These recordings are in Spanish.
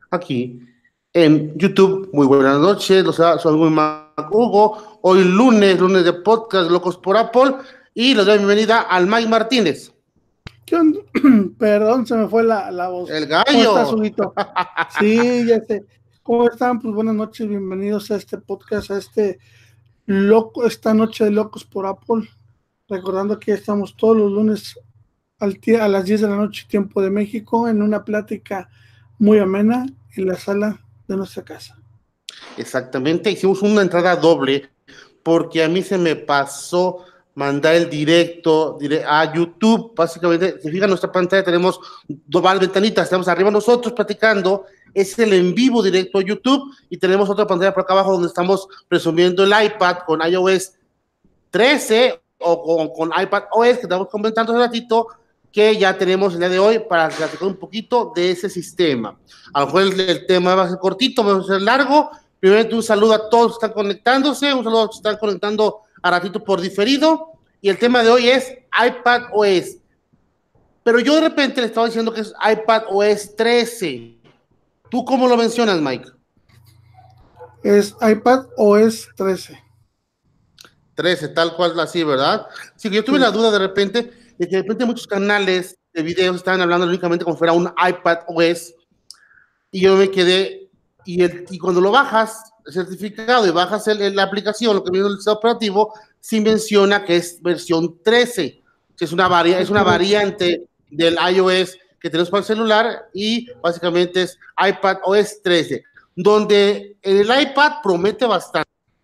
aquí en YouTube. Muy buenas noches, los saluda su amigo Mac Hugo. Hoy lunes de podcast Locos por Apple, y les doy la bienvenida al Mike Martínez. ¿Qué onda? Perdón, se me fue la voz. El ¿Cómo estás, gallo. Huguito? Sí, ya sé. ¿Cómo están? Pues buenas noches, bienvenidos a este podcast, a esta noche de Locos por Apple. Recordando que ya estamos todos los lunes a las 10 de la noche, tiempo de México, en una plática muy amena en la sala de nuestra casa. Exactamente, hicimos una entrada doble porque a mí se me pasó mandar el directo a YouTube. Básicamente, si fijan en nuestra pantalla, tenemos dos ventanitas, estamos arriba nosotros platicando, es el en vivo directo a YouTube, y tenemos otra pantalla por acá abajo donde estamos presumiendo el iPad con iOS 13 o con iPad OS, que estamos comentando hace ratito, que ya tenemos el día de hoy para platicar un poquito de ese sistema. A lo mejor el tema va a ser cortito, va a ser largo. Primero, un saludo a todos que están conectándose, un saludo a los que están conectando a ratito por diferido, y el tema de hoy es iPad OS. Pero yo de repente le estaba diciendo que es iPad OS 13. ¿Tú cómo lo mencionas, Mike? Es iPad OS 13. 13, tal cual así, ¿verdad? Sí, que yo tuve Sí. la duda de repente de que de repente muchos canales de videos estaban hablando únicamente como fuera un iPad OS, y yo me quedé, y cuando lo bajas, el certificado, y bajas la aplicación, lo que viene en el sistema operativo, sí menciona que es versión 13, que es una variante del iOS que tenemos para el celular, y básicamente es iPad OS 13, donde el iPad promete bastante.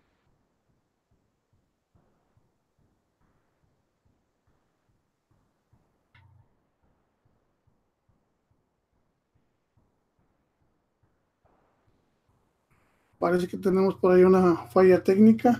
Parece que tenemos por ahí una falla técnica.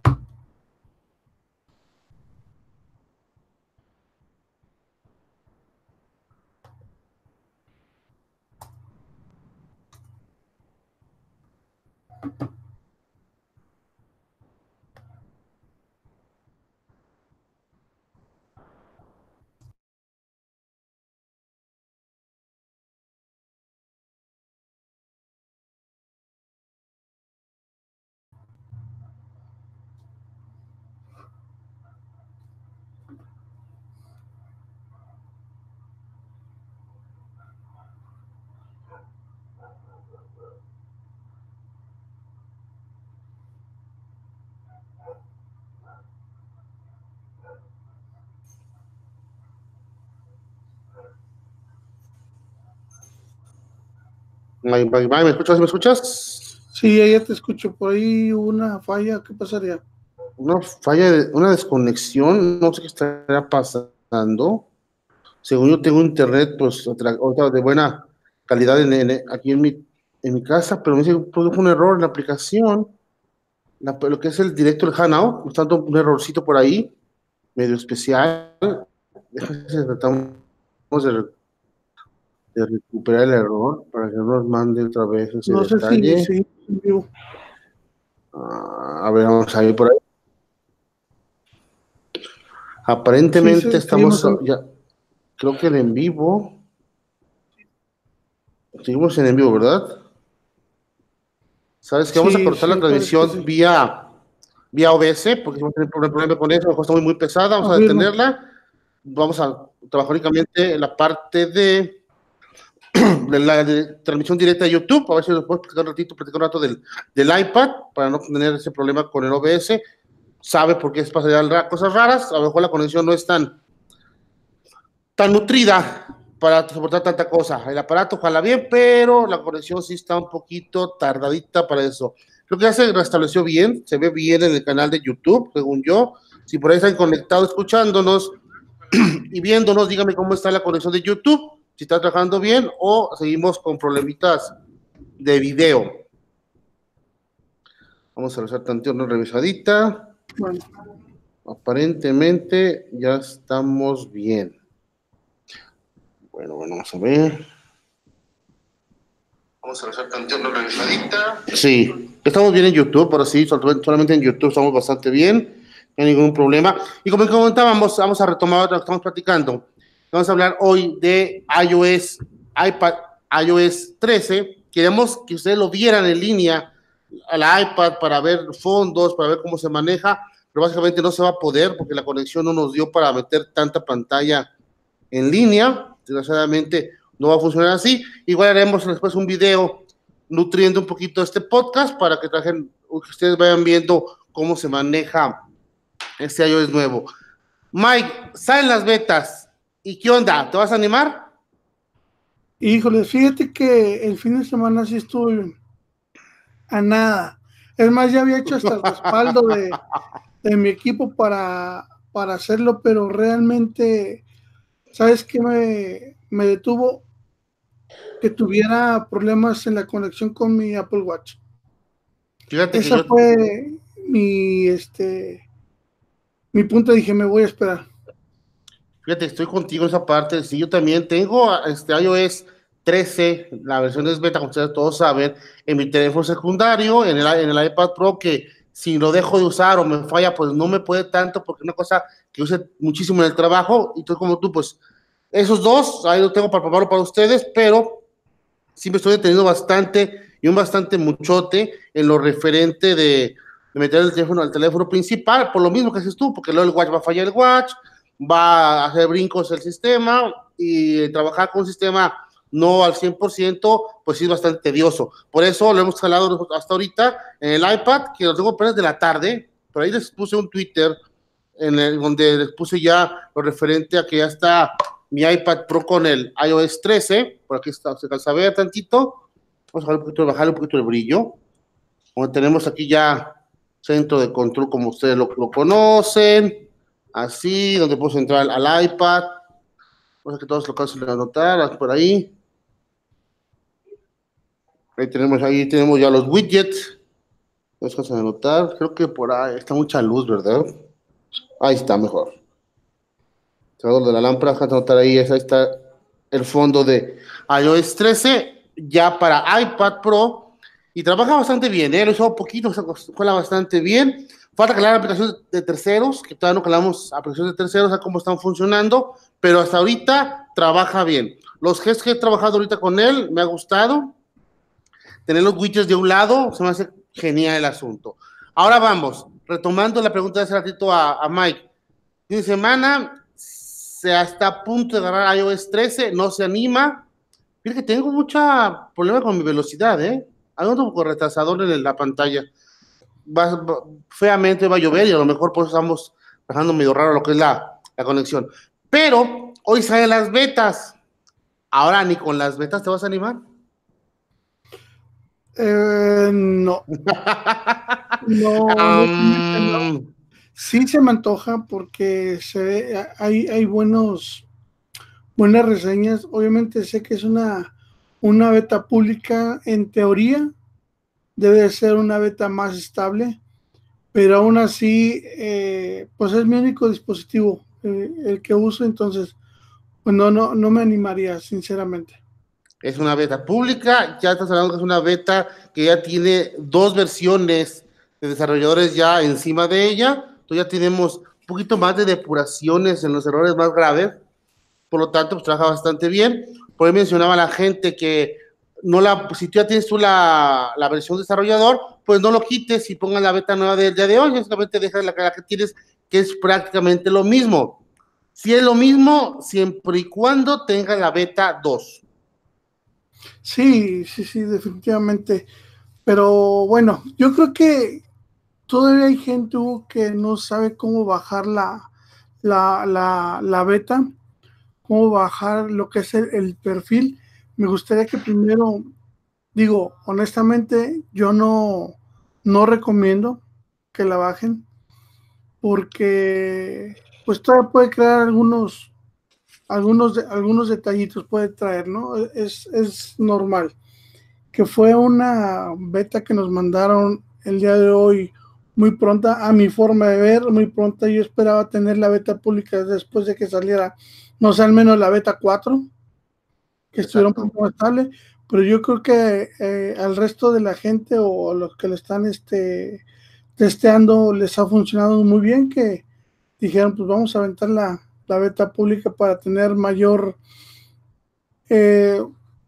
¿Me escuchas? ¿Me escuchas? Sí, ya te escucho. Por ahí una falla. ¿Qué pasaría? Una falla, una desconexión, no sé qué estará pasando. Según yo tengo internet, pues otra de buena calidad aquí en mi casa, pero me dice que produjo un error en la aplicación, lo que es el directo del Hangout, por tanto un errorcito por ahí, medio especial. Tratamos de recuperar el error para que no nos mande otra vez ese No sé detalle. si en vivo. A ver, vamos a ir por ahí. Aparentemente Sí, estamos ya, creo que en vivo. Seguimos en vivo, ¿verdad? ¿Sabes que vamos a cortar la parece que transmisión sí. vía OBS? Porque vamos a tener problema con eso, está muy pesada, vamos a Afirmo. detenerla. Vamos a trabajar únicamente en la parte de la transmisión directa de YouTube, a ver si nos puedes platicar un rato del iPad, para no tener ese problema con el OBS. Sabe por qué pasarían cosas raras, a lo mejor la conexión no es tan nutrida para soportar tanta cosa. El aparato jala bien, pero la conexión sí está un poquito tardadita para eso. Creo que ya se restableció bien, se ve bien en el canal de YouTube, según yo. Si por ahí están conectados escuchándonos y viéndonos, dígame cómo está la conexión de YouTube, si está trabajando bien o seguimos con problemitas de video. Vamos a revisar tantito una revisadita. Bueno. Aparentemente ya estamos bien. Bueno, vamos a ver. Vamos a revisar tantito una revisadita. Sí, estamos bien en YouTube, pero sí, solamente en YouTube estamos bastante bien, no hay ningún problema. Y como comentábamos, vamos a retomar lo que estamos platicando. Vamos a hablar hoy de iPad iOS 13, queremos que ustedes lo vieran en línea al iPad para ver fondos, para ver cómo se maneja, pero básicamente no se va a poder porque la conexión no nos dio para meter tanta pantalla en línea. Desgraciadamente no va a funcionar así. Igual haremos después un video nutriendo un poquito este podcast para que ustedes vayan viendo cómo se maneja este iOS nuevo. Mike, salen las betas. ¿Y qué onda? ¿Te vas a animar? Híjole, fíjate que el fin de semana sí estuve a nada. Es más, ya había hecho hasta el respaldo de mi equipo para hacerlo, pero realmente, ¿sabes qué me detuvo? Que tuviera problemas en la conexión con mi Apple Watch. Fíjate Esa que fue mi punto. Dije, me voy a esperar. Fíjate, estoy contigo en esa parte. Sí, yo también tengo iOS 13, la versión es beta, como ustedes todos saben, en mi teléfono secundario, en el iPad Pro, que si lo dejo de usar o me falla, pues no me puede tanto, porque es una cosa que use muchísimo en el trabajo. Y tú, como tú, pues esos dos, ahí lo tengo para probarlo para ustedes, pero sí me estoy deteniendo bastante y un bastante muchote en lo referente de meter el teléfono al teléfono principal, por lo mismo que haces tú, porque luego el watch va a fallar el watch, va a hacer brincos el sistema y trabajar con un sistema no al 100%, pues sí es bastante tedioso. Por eso lo hemos jalado hasta ahorita en el iPad, que lo tengo apenas de la tarde. Por ahí les puse un Twitter donde les puse ya lo referente a que ya está mi iPad Pro con el iOS 13. Por aquí está, se alcanza a ver tantito. Vamos a bajarle un poquito el brillo. Como tenemos aquí ya centro de control, como ustedes lo conocen. Así, donde puedo entrar al iPad. Vamos a que todos lo alcancen a notar, por ahí. Ahí tenemos ya los widgets. Los alcanzan a notar. Creo que por ahí está mucha luz, ¿verdad? Ahí está, mejor. De la lámpara, alcanzan a notar ahí está el fondo de iOS 13, ya para iPad Pro, y trabaja bastante bien, lo hizo poquito, se cuela bastante bien. Falta calar aplicaciones de terceros, que todavía no calamos aplicaciones de terceros, a cómo están funcionando, pero hasta ahorita trabaja bien. Los gestos que he trabajado ahorita con él, me ha gustado. Tener los widgets de un lado, se me hace genial el asunto. Ahora vamos, retomando la pregunta de hace ratito a Mike. Fin de semana, se está a punto de agarrar iOS 13, no se anima. Fíjate que tengo mucho problema con mi velocidad, Algo un poco retrasador en la pantalla. Feamente va a llover y a lo mejor por eso estamos bajando medio raro lo que es la conexión. Pero hoy salen las betas. Ahora ni con las betas te vas a animar. No. No. Sí se me antoja porque hay buenas reseñas. Obviamente sé que es una beta pública. En teoría debe ser una beta más estable, pero aún así, pues es mi único dispositivo el que uso, entonces pues no me animaría, sinceramente. Es una beta pública, ya estás hablando que es una beta que ya tiene 2 versiones de desarrolladores ya encima de ella. Entonces ya tenemos un poquito más de depuraciones en los errores más graves. Por lo tanto, pues trabaja bastante bien. Por ahí mencionaba la gente que si tú ya tienes tú la versión desarrollador, pues no lo quites y pongas la beta nueva del día de hoy, solamente dejas la que tienes, que es prácticamente lo mismo. Si es lo mismo, siempre y cuando tenga la beta 2. Sí, definitivamente. Pero bueno, yo creo que todavía hay gente, Hugo, que no sabe cómo bajar la beta, cómo bajar lo que es el perfil. Me gustaría que primero, digo, honestamente, yo no recomiendo que la bajen porque pues todavía puede crear algunos detallitos, puede traer, ¿no? Es normal. Que fue una beta que nos mandaron el día de hoy muy pronta, a mi forma de ver, muy pronta. Yo esperaba tener la beta pública después de que saliera, no sé, al menos la beta 4, que estuviera un poco más estable, pero yo creo que al resto de la gente o a los que le están testeando les ha funcionado muy bien, que dijeron, pues vamos a aventar la beta pública para tener mayor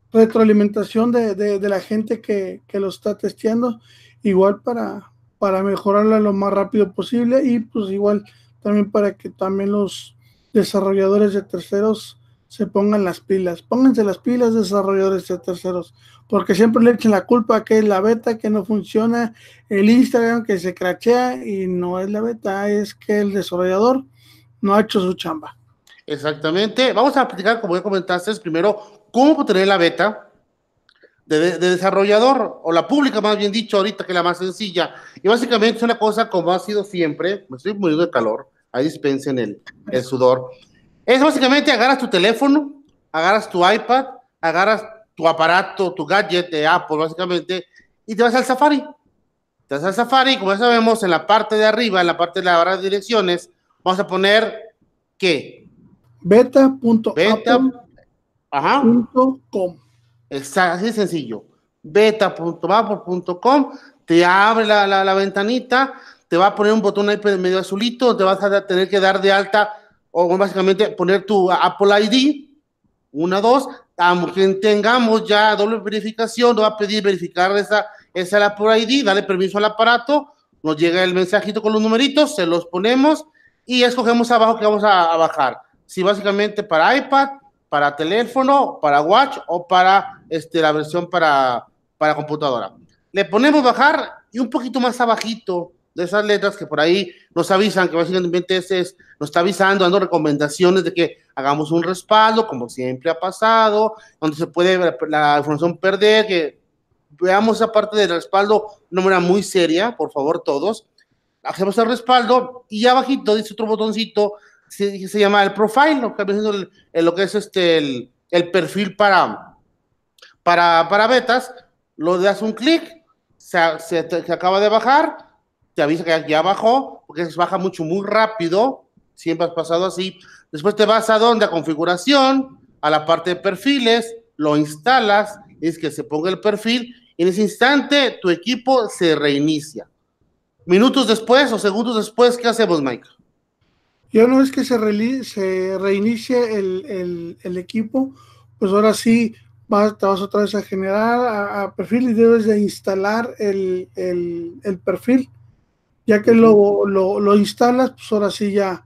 retroalimentación de la gente que lo está testeando, igual para mejorarla lo más rápido posible, y pues igual también para que también los desarrolladores de terceros se pongan las pilas. Pónganse las pilas, desarrolladores de terceros, porque siempre le echen la culpa que es la beta, que no funciona, el Instagram que se crachea, y no es la beta, es que el desarrollador no ha hecho su chamba. Exactamente. Vamos a platicar, como ya comentaste, primero, cómo tener la beta de desarrollador, o la pública, más bien dicho, ahorita, que es la más sencilla. Y básicamente es una cosa como ha sido siempre. Me estoy muriendo de calor. Ahí dispensen el sudor. Es básicamente agarras tu teléfono, agarras tu iPad, agarras tu aparato, tu gadget de Apple, básicamente, y te vas al Safari. Te vas al Safari, como ya sabemos, en la parte de arriba, en la parte de la barra de direcciones, vamos a poner ¿qué? Beta.apple.com. Ajá. Está así de sencillo. Beta.apple.com, te abre la ventanita, te va a poner un botón ahí medio azulito, te vas a tener que dar de alta, o básicamente poner tu Apple ID, 1, 2, aunque tengamos ya doble verificación, nos va a pedir verificar esa Apple ID, dale permiso al aparato, nos llega el mensajito con los numeritos, se los ponemos y escogemos abajo que vamos a bajar. Si básicamente para iPad, para teléfono, para watch o para la versión para computadora. Le ponemos bajar y un poquito más abajito de esas letras que por ahí nos avisan, que básicamente nos está avisando, dando recomendaciones de que hagamos un respaldo, como siempre ha pasado, donde se puede la información perder, que veamos esa parte del respaldo de una manera muy seria, por favor, todos. Hacemos el respaldo y abajito dice otro botoncito, se llama el profile, lo que es el perfil para betas, lo das un clic, se acaba de bajar, te avisa que ya bajó, porque se baja muy rápido, siempre has pasado así. Después te vas a donde, a configuración, a la parte de perfiles, lo instalas, es que se ponga el perfil, y en ese instante tu equipo se reinicia. Minutos después o segundos después, ¿qué hacemos, Mike? Y una vez que se reinicie el equipo, pues ahora sí te vas otra vez a generar a perfil, y debes de instalar el perfil. Ya que lo instalas, pues ahora sí ya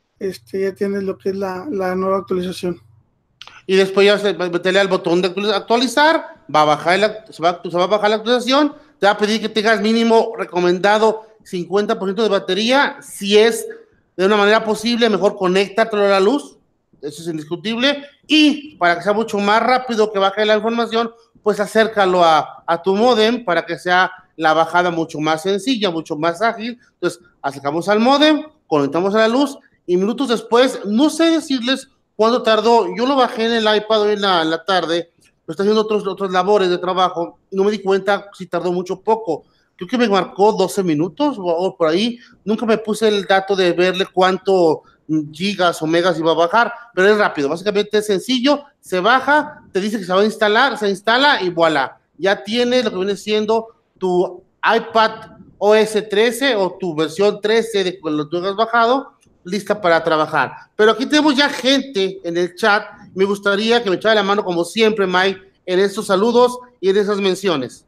tienes lo que es la nueva actualización. Y después ya meterle al botón de actualizar, va a bajar se va a bajar la actualización, te va a pedir que tengas mínimo recomendado 50% de batería. Si es de una manera posible, mejor conéctatelo a la luz, eso es indiscutible. Y para que sea mucho más rápido que baje la información, pues acércalo a tu modem para que sea la bajada mucho más sencilla, mucho más ágil. Entonces, acercamos al modem, conectamos a la luz, y minutos después, no sé decirles cuánto tardó. Yo lo bajé en el iPad hoy en la tarde, lo está haciendo otros labores de trabajo, y no me di cuenta si tardó mucho o poco. Creo que me marcó 12 minutos o por ahí. Nunca me puse el dato de verle cuánto gigas o megas iba a bajar, pero es rápido. Básicamente es sencillo, se baja, te dice que se va a instalar, se instala y voilà. Ya tienes lo que viene siendo tu iPad OS 13 o tu versión 13 de lo que tú has bajado, lista para trabajar. Pero aquí tenemos ya gente en el chat. Me gustaría que me echara la mano, como siempre, Mike, en estos saludos y en esas menciones.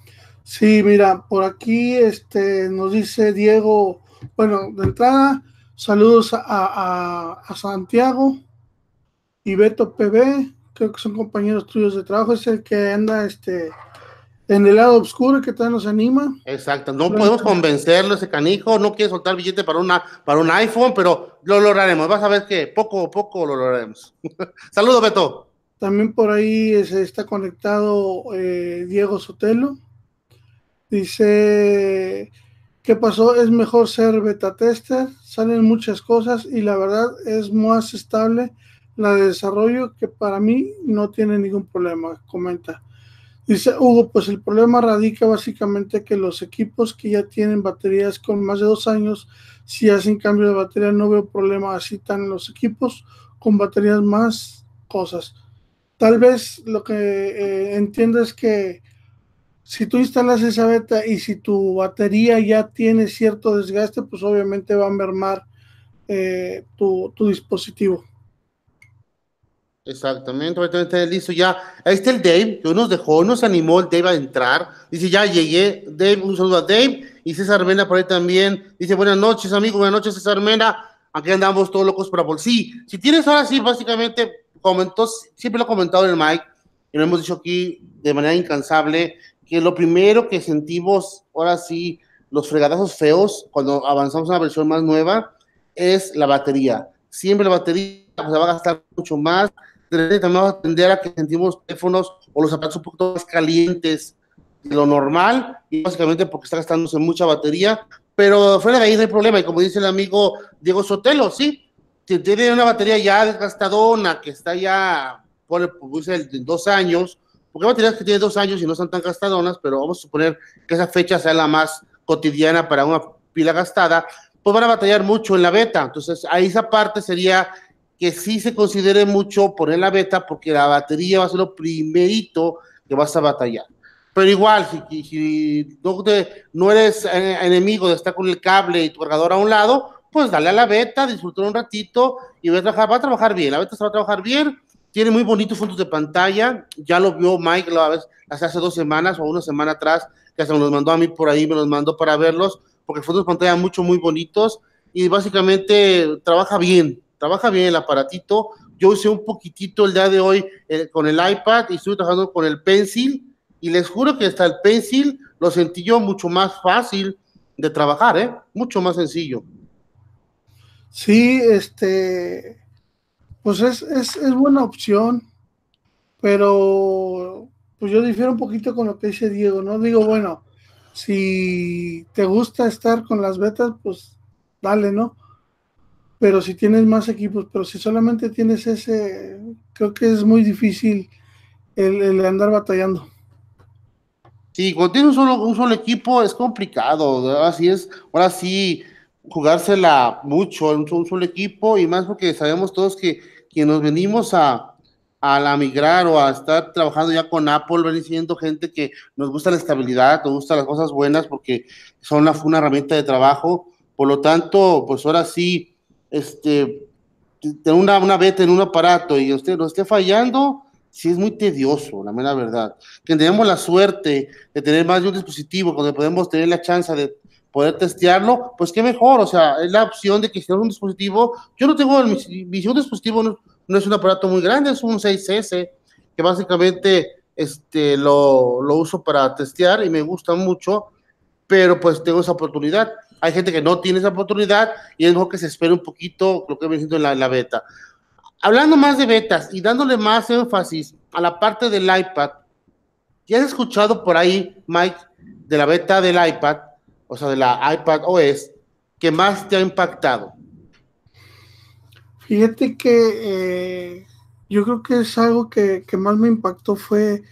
Sí, mira, por aquí nos dice Diego, bueno, de entrada, saludos a Santiago y Beto PB, creo que son compañeros tuyos de trabajo, es el que anda en el lado oscuro, que todavía nos anima. Exacto, no podemos convencerlo, ese canijo, no quiere soltar billete para un iPhone, pero lo lograremos. Vas a ver que poco a poco lo lograremos. Saludos, Beto. También por ahí está conectado Diego Sotelo. Dice, ¿qué pasó? Es mejor ser beta tester, salen muchas cosas y la verdad es más estable la de desarrollo, que para mí no tiene ningún problema, comenta. Dice Hugo, pues el problema radica básicamente que los equipos que ya tienen baterías con más de 2 años, si hacen cambio de batería, no veo problema. Así están los equipos con baterías más cosas. Tal vez lo que entiendo es que si tú instalas esa beta y si tu batería ya tiene cierto desgaste, pues obviamente va a mermar tu dispositivo. Exactamente, ahorita está listo ya. Ahí está el Dave, que nos dejó, nos animó el Dave a entrar. Dice, ya llegué. Dave, un saludo a Dave. Y César Mena por ahí también. Dice, buenas noches, amigo. Buenas noches, César Mena. Aquí andamos todos locos por Apple. Sí, si tienes ahora sí, básicamente, comentó, siempre lo he comentado en el mic, y lo hemos dicho aquí de manera incansable, que lo primero que sentimos, ahora sí, los fregadazos feos, cuando avanzamos a una versión más nueva, es la batería. Siempre la batería pues, se va a gastar mucho más. También vamos a tender a que sentimos teléfonos o los aparatos un poquito más calientes de lo normal, y básicamente porque está gastándose mucha batería, pero fuera de ahí no hay problema, y como dice el amigo Diego Sotelo, sí, si tiene una batería ya desgastadona, que está ya, pues, de 2 años, porque hay baterías que tienen 2 años y no están tan gastadonas, pero vamos a suponer que esa fecha sea la más cotidiana para una pila gastada, pues van a batallar mucho en la beta. Entonces ahí esa parte sería que sí se considere mucho poner la beta, porque la batería va a ser lo primerito que vas a batallar. Pero igual, si no eres enemigo de estar con el cable y tu cargador a un lado, pues dale a la beta, disfrutar un ratito y va a trabajar bien. La beta se va a trabajar bien, tiene muy bonitos fondos de pantalla. Ya lo vio Mike la vez, hace 2 semanas o una semana atrás, que se me los mandó a mí por ahí, me los mandó para verlos, porque fondos de pantalla muy bonitos, y básicamente trabaja bien el aparatito. Yo usé un poquitito el día de hoy con el iPad y estuve trabajando con el Pencil, y les juro que hasta el Pencil lo sentí yo mucho más fácil de trabajar, mucho más sencillo. Sí, pues es buena opción, pero pues yo difiero un poquito con lo que dice Diego, ¿no? Digo, bueno, si te gusta estar con las betas, pues dale, ¿no? Pero si tienes más equipos, pero si solamente tienes ese, creo que es muy difícil el andar batallando. Sí, cuando tienes un solo equipo es complicado, así es, ahora sí, jugársela mucho en un solo equipo, y más porque sabemos todos que nos venimos a la migrar o a estar trabajando ya con Apple, ven siendo gente que nos gusta la estabilidad, nos gustan las cosas buenas porque son una herramienta de trabajo. Por lo tanto, pues ahora sí, tener una beta en un aparato y usted no esté fallando, sí es muy tedioso, la mera verdad. Que tenemos la suerte de tener más de un dispositivo donde podemos tener la chance de poder testearlo, pues qué mejor. O sea, es la opción de que si tenemos un dispositivo, yo no tengo, mi segundo dispositivo no es un aparato muy grande, es un 6S, que básicamente lo uso para testear y me gusta mucho, pero pues tengo esa oportunidad. Hay gente que no tiene esa oportunidad y es mejor que se espere un poquito lo que me siento en la beta. Hablando más de betas y dándole más énfasis a la parte del iPad, ¿ya has escuchado por ahí, Mike, de la beta del iPad, o sea, de la iPad OS, que más te ha impactado? Fíjate que yo creo que es algo que más me impactó fue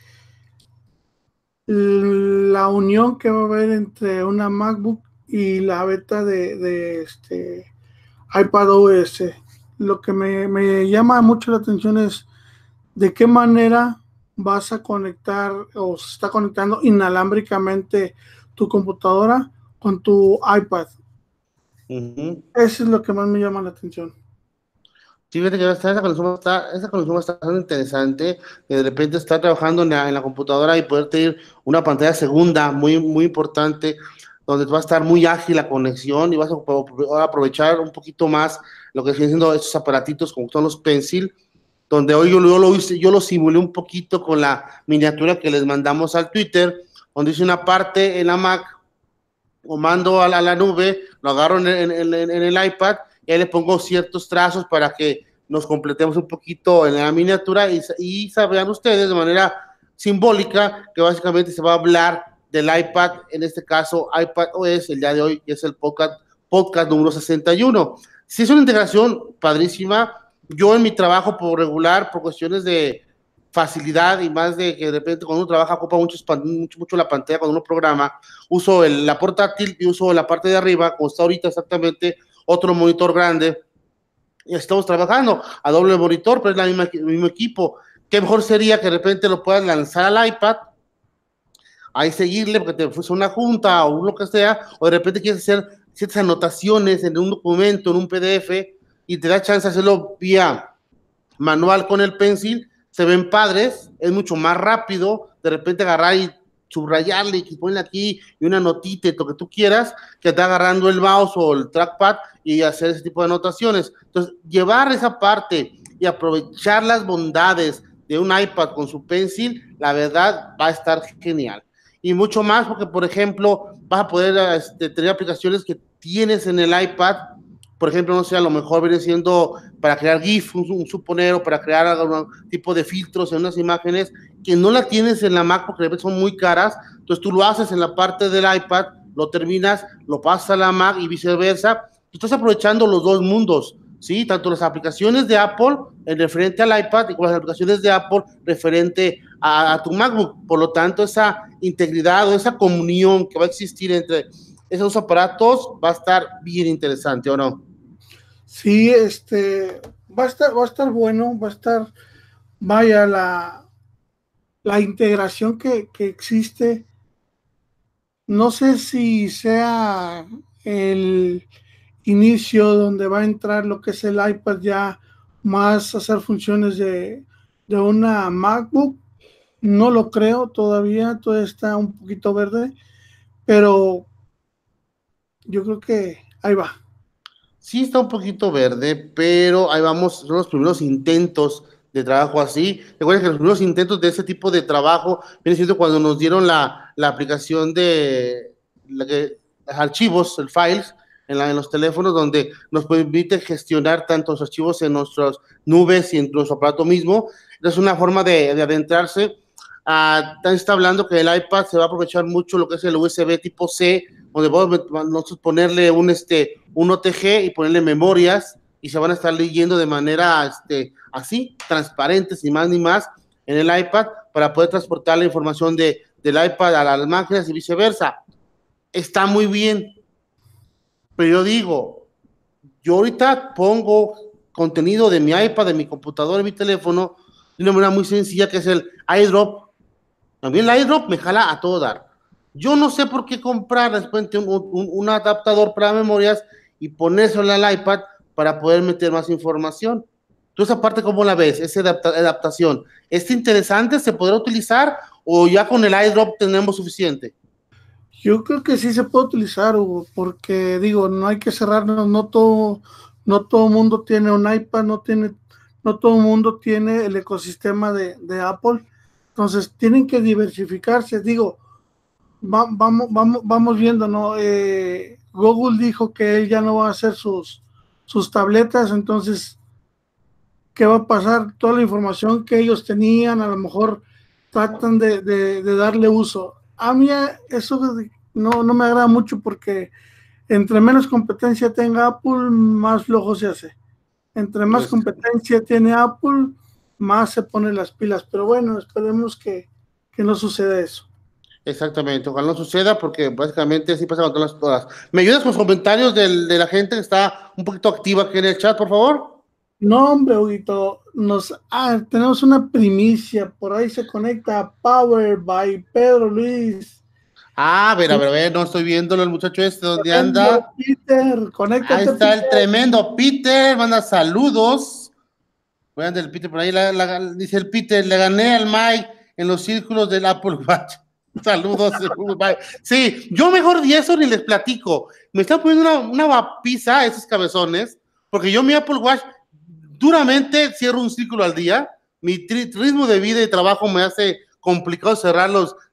la unión que va a haber entre una MacBook y la beta de iPad OS. Lo que me llama mucho la atención es de qué manera vas a conectar o se está conectando inalámbricamente tu computadora con tu iPad. Eso es lo que más me llama la atención. Sí, fíjate que esa conexión está bastante interesante, que de repente estar trabajando en la computadora y poder tener una pantalla segunda muy, muy importante, donde va a estar muy ágil la conexión y vas a aprovechar un poquito más lo que siguen siendo esos aparatitos como son los Pencil, donde hoy yo lo simulé un poquito con la miniatura que les mandamos al Twitter, donde hice una parte en la Mac, o mando a la nube, lo agarro en el iPad y ahí le pongo ciertos trazos para que nos completemos un poquito en la miniatura, y sabrán ustedes de manera simbólica que básicamente se va a hablar del iPad, en este caso iPad OS, el día de hoy, que es el podcast número 61. Sí, es una integración padrísima. Yo en mi trabajo por regular, por cuestiones de facilidad y más de que de repente cuando uno trabaja ocupa mucho la pantalla cuando uno programa, uso la portátil y uso la parte de arriba, como está ahorita exactamente, otro monitor grande, y estamos trabajando a doble monitor, pero es el mismo equipo. ¿Qué mejor sería que de repente lo puedas lanzar al iPad, ahí seguirle porque te fuese una junta o lo que sea, o de repente quieres hacer ciertas anotaciones en un documento, en un PDF, y te da chance de hacerlo manual con el pencil, se ven padres, es mucho más rápido, de repente agarrar y subrayarle y ponerle aquí y una notita, lo que tú quieras, que está agarrando el mouse o el trackpad y hacer ese tipo de anotaciones. Entonces, llevar esa parte y aprovechar las bondades de un iPad con su pencil, la verdad va a estar genial. Y mucho más porque, por ejemplo, vas a poder tener aplicaciones que tienes en el iPad, por ejemplo, no sé, a lo mejor viene siendo para crear GIF, un suponero, para crear algún tipo de filtros en unas imágenes que no la tienes en la Mac porque son muy caras, entonces tú lo haces en la parte del iPad, lo terminas, lo pasas a la Mac y viceversa, tú estás aprovechando los dos mundos, ¿sí? Tanto las aplicaciones de Apple en referente al iPad y con las aplicaciones de Apple referente a tu MacBook, por lo tanto esa integridad o esa comunión que va a existir entre esos aparatos va a estar bien interesante, ¿o no? Sí, va a estar bueno, va a estar, vaya, la integración que existe. No sé si sea el inicio donde va a entrar lo que es el iPad ya más hacer funciones de una MacBook. No lo creo todavía está un poquito verde, pero yo creo que ahí va. Sí está un poquito verde, pero ahí vamos, son los primeros intentos de trabajo así. Recuerden que los primeros intentos de ese tipo de trabajo viene siendo cuando nos dieron la aplicación de archivos, el files, en los teléfonos, donde nos permite gestionar tantos archivos en nuestras nubes y en nuestro aparato mismo. Es una forma de adentrarse. También está hablando que el iPad se va a aprovechar mucho lo que es el USB tipo C, donde podemos ponerle un OTG y ponerle memorias y se van a estar leyendo de manera así, transparente, sin más ni más, en el iPad para poder transportar la información del iPad a las máquinas y viceversa. Está muy bien, pero yo digo, yo ahorita pongo contenido de mi iPad, de mi computadora, de mi teléfono, de una manera muy sencilla que es el iDrop. También el iDrop me jala a todo dar. Yo no sé por qué comprar después un adaptador para memorias y ponérselo al iPad para poder meter más información. ¿Tú esa parte cómo la ves? Esa adaptación. ¿Es interesante? ¿Se podrá utilizar? ¿O ya con el iDrop tenemos suficiente? Yo creo que sí se puede utilizar, Hugo, porque digo, no hay que cerrarnos, no todo mundo tiene un iPad, no todo mundo tiene el ecosistema de Apple, entonces tienen que diversificarse, digo, vamos viendo, ¿no? Google dijo que él ya no va a hacer sus tabletas, entonces, ¿qué va a pasar? Toda la información que ellos tenían, a lo mejor tratan de darle uso. A mí eso no me agrada mucho porque entre menos competencia tenga Apple, más flojo se hace. Entre más competencia tiene Apple, más se pone las pilas. Pero bueno, esperemos que no suceda eso. Exactamente, ojalá no suceda porque básicamente así pasa con todas. ¿Me ayudas con los comentarios de la gente que está un poquito activa aquí en el chat, por favor? No, hombre, Huguito, tenemos una primicia. Por ahí se conecta Power by Pedro Luis. A ver, no estoy viéndolo el muchacho ¿dónde anda? Peter, Ahí conéctate, está el Peter. tremendo Peter, manda saludos. Voy a andar el Peter por ahí, dice el Peter, le gané al Mike en los círculos del Apple Watch. Saludos. Sí, yo mejor de eso ni les platico. Me están poniendo una vapiza esos cabezones, porque yo mi Apple Watch duramente cierro un círculo al día. Mi ritmo de vida y trabajo me hace complicado cerrar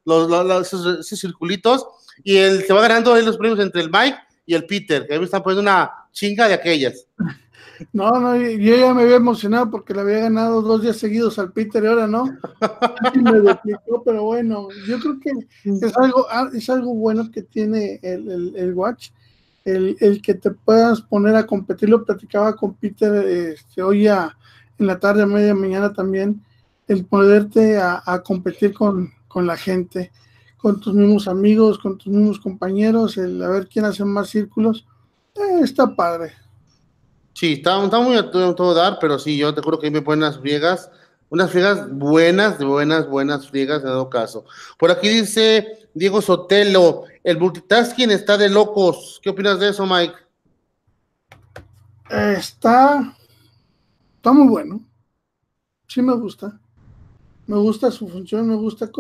esos circulitos y se va ganando ahí los premios entre el Mike y el Peter, que a mí me están poniendo una chinga de aquellas. No, yo ya me había emocionado porque le había ganado 2 días seguidos al Peter y ahora no. Y me duplicó, pero bueno, yo creo que es algo bueno que tiene el Watch, el que te puedas poner a competir. Lo platicaba con Peter hoy en la tarde, a media mañana también, el ponerte a competir con la gente, con tus mismos amigos, con tus mismos compañeros, el a ver quién hace más círculos, está padre. Sí, está muy a todo dar, pero sí, yo te juro que ahí me ponen unas friegas buenas, buenas friegas en todo caso. Por aquí dice Diego Sotelo, el multitasking está de locos. ¿Qué opinas de eso, Mike? Está muy bueno. Sí me gusta. Me gusta su función, me gusta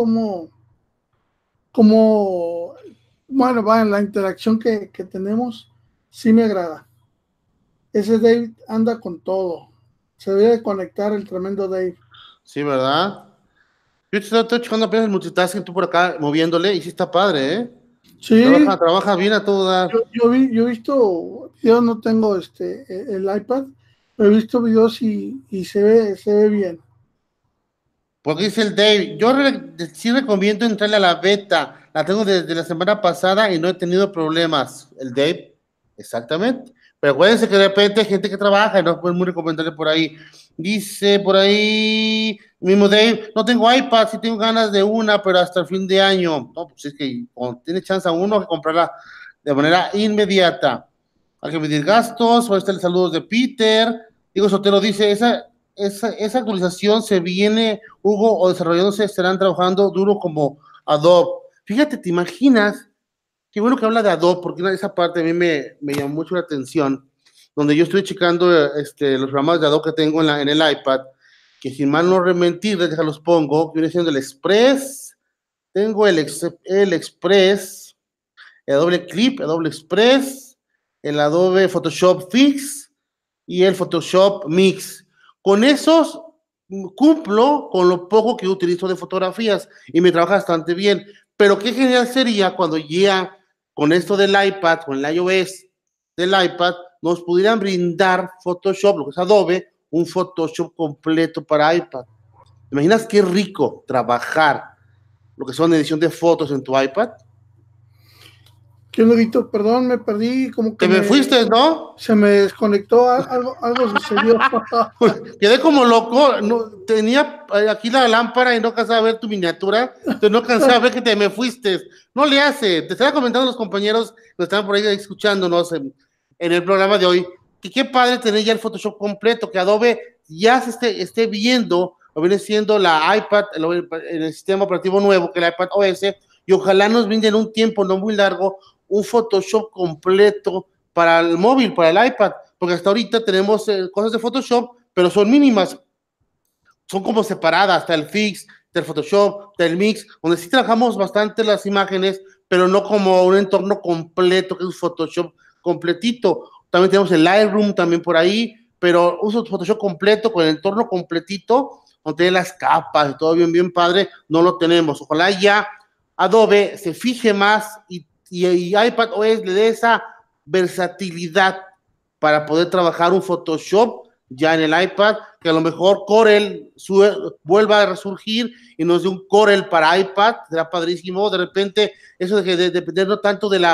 bueno, va en la interacción que tenemos, sí me agrada. Ese Dave anda con todo. Se debe conectar el tremendo Dave. Sí, ¿verdad? Yo estoy checando apenas el multitasking, tú por acá moviéndole, y sí está padre, ¿eh? Sí, Trabaja bien a todo dar. yo he visto videos, no tengo el iPad, pero he visto videos y se ve bien. Porque dice el Dave, sí recomiendo entrarle a la beta. La tengo desde la semana pasada y no he tenido problemas. El Dave, exactamente. Pero acuérdense que de repente hay gente que trabaja y no es muy recomendable por ahí. Dice por ahí, mismo Dave, no tengo iPad, sí tengo ganas de una, pero hasta el fin de año. No, pues es que cuando tiene chance a uno que comprarla de manera inmediata. Hay que medir gastos, ahí está el saludo de Peter. Diego Sotelo dice, esa actualización se viene, Hugo, o desarrollándose, estarán trabajando duro como Adobe. Fíjate, ¿te imaginas? Qué bueno que habla de Adobe, porque esa parte a mí me llamó mucho la atención, donde yo estoy checando los programas de Adobe que tengo en el iPad, que sin mal no mentir, los pongo, que viene siendo el Express, tengo el Express, el Adobe Clip, Adobe Express, el Adobe Photoshop Fix y el Photoshop Mix. Con esos cumplo con lo poco que utilizo de fotografías y me trabaja bastante bien. Pero qué genial sería cuando ya con esto del iPad, con el iOS del iPad, nos pudieran brindar Photoshop, lo que es Adobe, un Photoshop completo para iPad. ¿Te imaginas qué rico trabajar lo que son edición de fotos en tu iPad? ¿Qué onda, perdón, me perdí, como que Te me fuiste, ¿no? se me desconectó, algo sucedió. Quedé como loco, no, tenía aquí la lámpara y no alcanzaba a ver tu miniatura, entonces no alcanzaba a ver que te me fuiste. No le hace, te estaba comentando a los compañeros que están por ahí escuchándonos en el programa de hoy, que qué padre tener ya el Photoshop completo, que Adobe ya se esté viendo, lo viene siendo la iPad, en el sistema operativo nuevo, que es el iPad OS, y ojalá nos brinden un tiempo no muy largo, un Photoshop completo para el móvil, para el iPad, porque hasta ahorita tenemos cosas de Photoshop, pero son mínimas, son como separadas, está el Fix, está el Photoshop, está el Mix, donde sí trabajamos bastante las imágenes, pero no como un entorno completo, que es un Photoshop completito. También tenemos el Lightroom también por ahí, pero uso Photoshop completo, con el entorno completito, donde tiene las capas y todo bien, bien padre, no lo tenemos. Ojalá ya Adobe se fije más y iPad OS le dé esa versatilidad para poder trabajar un Photoshop ya en el iPad, que a lo mejor Corel vuelva a resurgir y nos dé un Corel para iPad, será padrísimo. De repente, eso de depender no tanto de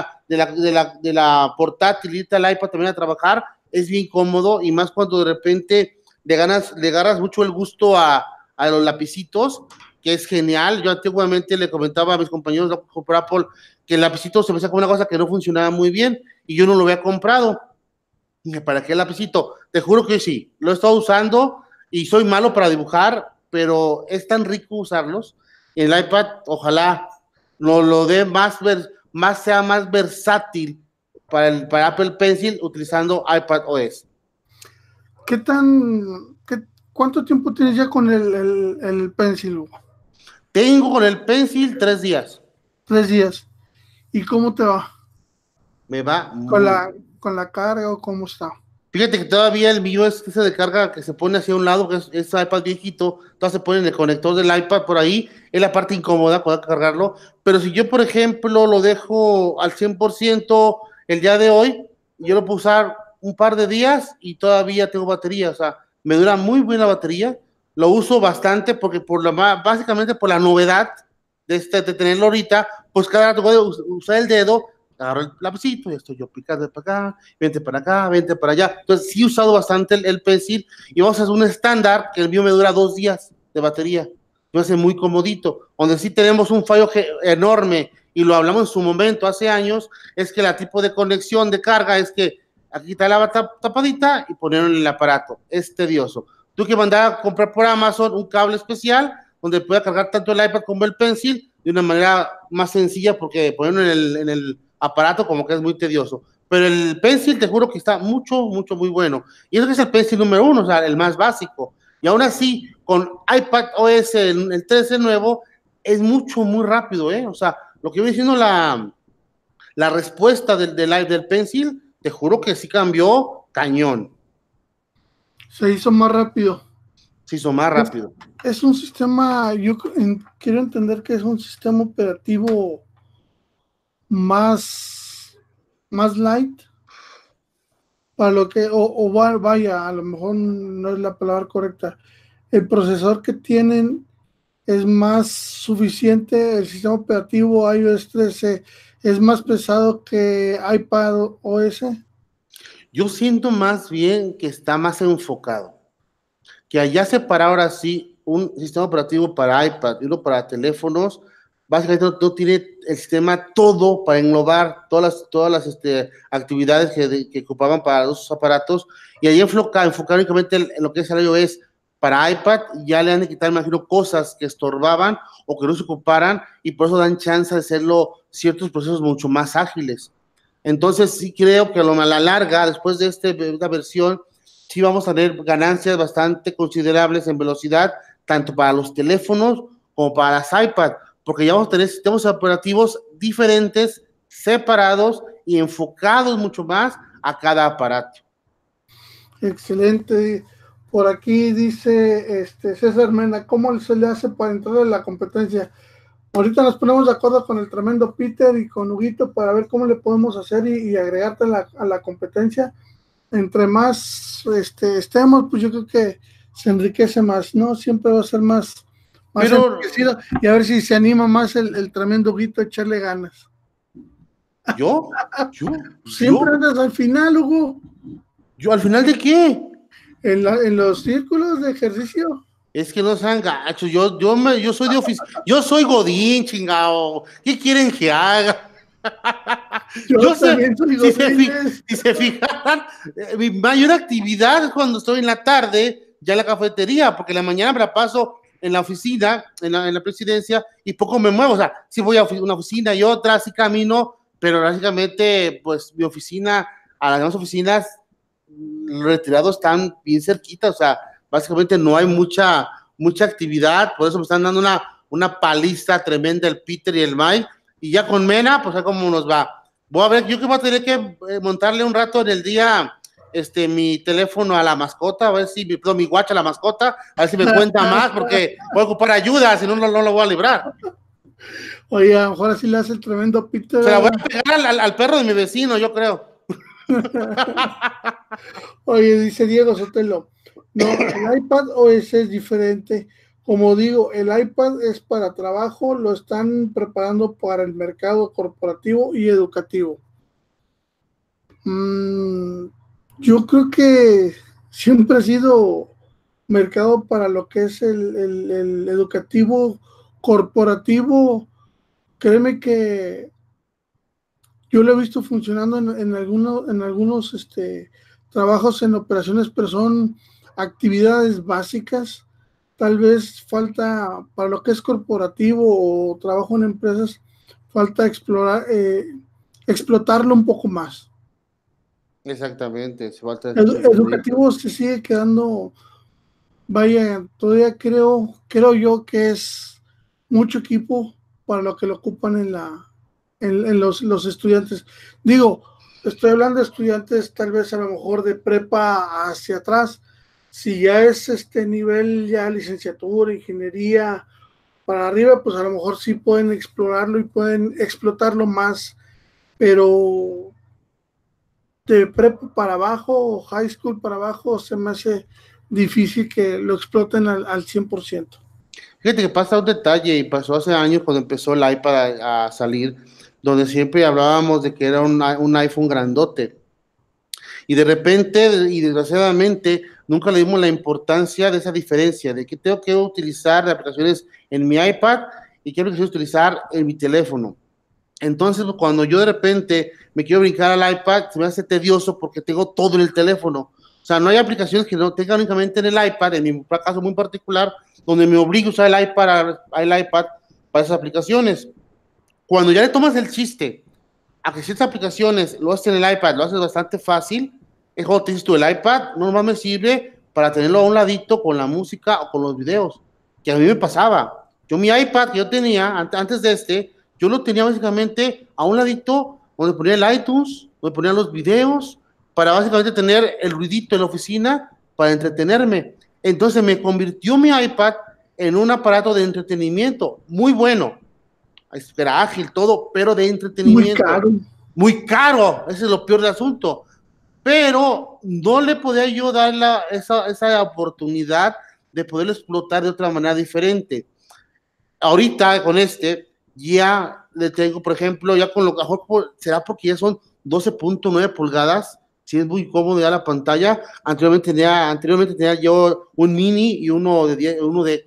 la portátilita del iPad también a trabajar, es bien cómodo, y más cuando de repente le agarras mucho el gusto a los lapicitos, que es genial. Yo antiguamente le comentaba a mis compañeros de Apple que el lapicito se me hacía como una cosa que no funcionaba muy bien y yo no lo había comprado. Dije, ¿para qué el lapicito? Te juro que sí, lo he estado usando y soy malo para dibujar, pero es tan rico usarlos. En el iPad, ojalá lo dé sea más versátil para Apple Pencil utilizando iPad OS. ¿Qué tan, cuánto tiempo tienes ya con el Pencil, Hugo? Tengo con el Pencil 3 días. 3 días. ¿Y cómo te va? Me va ¿Con muy la, con la carga o cómo está? Fíjate que todavía el mío es ese de carga que se pone hacia un lado, que es iPad viejito, entonces se pone en el conector del iPad por ahí, es la parte incómoda cuando hay que cargarlo, pero si yo, por ejemplo, lo dejo al 100% el día de hoy, yo lo puedo usar un par de días y todavía tengo batería, o sea, me dura muy buena batería, lo uso bastante porque básicamente por la novedad de tenerlo ahorita, pues cada rato voy a usar el dedo, agarro el lapicito y estoy yo picando para acá, vente para allá. Entonces sí he usado bastante el Pencil y vamos a hacer un estándar que el mío me dura 2 días de batería. Me hace muy comodito. Donde sí tenemos un fallo enorme y lo hablamos en su momento, hace años, es que la tipo de conexión de carga es que aquí está la tapadita y ponerlo en el aparato. Es tedioso. Tuve que mandar a comprar por Amazon un cable especial donde pueda cargar tanto el iPad como el Pencil de una manera más sencilla, porque ponerlo en el aparato como que es muy tedioso. Pero el Pencil, te juro que está muy bueno. Y eso que es el Pencil número 1, o sea, el más básico. Y aún así, con iPad OS, el 13 nuevo, es muy rápido, o sea, lo que viene diciendo la respuesta del Pencil, te juro que sí cambió cañón. Se hizo más rápido. Se hizo más rápido. Es un sistema, yo quiero entender que es un sistema operativo más light, para lo que, vaya, a lo mejor no es la palabra correcta. El procesador que tienen es más suficiente, el sistema operativo iOS 13 es más pesado que iPad OS. Yo siento más bien que está más enfocado, que allá separar ahora sí un sistema operativo para iPad y uno para teléfonos, básicamente no tiene el sistema todo para englobar todas las actividades que ocupaban para los aparatos, y ahí enfocar únicamente en lo que es el iOS para iPad. Ya le han de quitar, imagino, cosas que estorbaban o que no se ocuparan, y por eso dan chance de hacerlo ciertos procesos mucho más ágiles. Entonces sí creo que a la larga, después de esta versión, sí vamos a tener ganancias bastante considerables en velocidad, tanto para los teléfonos como para las iPad, porque ya vamos a tener sistemas operativos diferentes, separados y enfocados mucho más a cada aparato. Excelente. Por aquí dice César Mena, ¿cómo se le hace para entrar en la competencia? Ahorita nos ponemos de acuerdo con el tremendo Peter y con Huguito para ver cómo le podemos hacer y agregarte a la competencia. Entre más estemos, pues yo creo que se enriquece más, ¿no? Siempre va a ser más enriquecido, y a ver si se anima más el tremendo Huguito a echarle ganas. ¿Yo? Siempre andas al final, Hugo. ¿Yo al final de qué? En los círculos de ejercicio. Es que no sean gachos, yo soy de oficina, yo soy godín, chingado. ¿Qué quieren que haga? Yo también soy godín. Si se fijan, mi mayor actividad es cuando estoy en la tarde, ya en la cafetería, porque en la mañana me la paso en la oficina, en la presidencia, y poco me muevo. O sea, sí voy a una oficina y otra, sí camino, pero básicamente, pues mi oficina, a las demás oficinas, los retirados están bien cerquita, o sea, básicamente no hay mucha actividad, por eso me están dando una paliza tremenda el Peter y el Mike, y ya con Mena, pues a ver cómo nos va. Voy a ver, yo que voy a tener que montarle un rato en el día mi teléfono a la mascota, a ver si, mi watch a la mascota, a ver si me cuenta más, porque voy a ocupar ayuda, si no, no lo voy a librar. Oye, a lo mejor así le hace el tremendo Peter. Se la voy a pegar al perro de mi vecino, yo creo. Oye, dice Diego Sotelo, no, el iPad OS es diferente. Como digo, el iPad es para trabajo, lo están preparando para el mercado corporativo y educativo. Yo creo que siempre ha sido mercado para lo que es el educativo corporativo. Créeme que yo lo he visto funcionando en algunos trabajos en operaciones, pero son actividades básicas. Tal vez falta, para lo que es corporativo o trabajo en empresas, falta explotarlo un poco más. Exactamente. Educativo se sigue quedando, vaya, todavía creo yo que es mucho equipo para lo que lo ocupan en los estudiantes. Digo, estoy hablando de estudiantes tal vez a lo mejor de prepa hacia atrás. Si ya es nivel, ya licenciatura, ingeniería para arriba, pues a lo mejor sí pueden explorarlo y pueden explotarlo más, pero de prepa para abajo, high school para abajo, se me hace difícil que lo exploten al 100%. Fíjate que pasa un detalle, y pasó hace años cuando empezó el iPad a salir, donde siempre hablábamos de que era un iPhone grandote. Y de repente, y desgraciadamente, nunca le dimos la importancia de esa diferencia, de que tengo que utilizar aplicaciones en mi iPad y qué aplicaciones utilizar en mi teléfono. Entonces, cuando yo de repente me quiero brincar al iPad, se me hace tedioso porque tengo todo en el teléfono. O sea, no hay aplicaciones que no tenga únicamente en el iPad, en mi caso muy particular, donde me obligue a usar el iPad para esas aplicaciones. Cuando ya le tomas el chiste a que ciertas aplicaciones lo haces en el iPad, lo haces bastante fácil, es como te dices tú, el iPad no más me sirve para tenerlo a un ladito con la música o con los videos, que a mí me pasaba. Yo mi iPad que yo tenía antes de yo lo tenía básicamente a un ladito donde ponía el iTunes, donde ponía los videos, para básicamente tener el ruidito en la oficina para entretenerme. Entonces me convirtió mi iPad en un aparato de entretenimiento muy bueno. Era ágil todo, pero de entretenimiento. Muy caro. Muy caro, ese es lo peor del asunto. Pero no le podía yo dar esa oportunidad de poderlo explotar de otra manera diferente. Ahorita con ya le tengo, por ejemplo, ya con lo mejor será porque ya son 12.9 pulgadas, sí es muy cómodo ya la pantalla. Anteriormente tenía yo un mini y uno de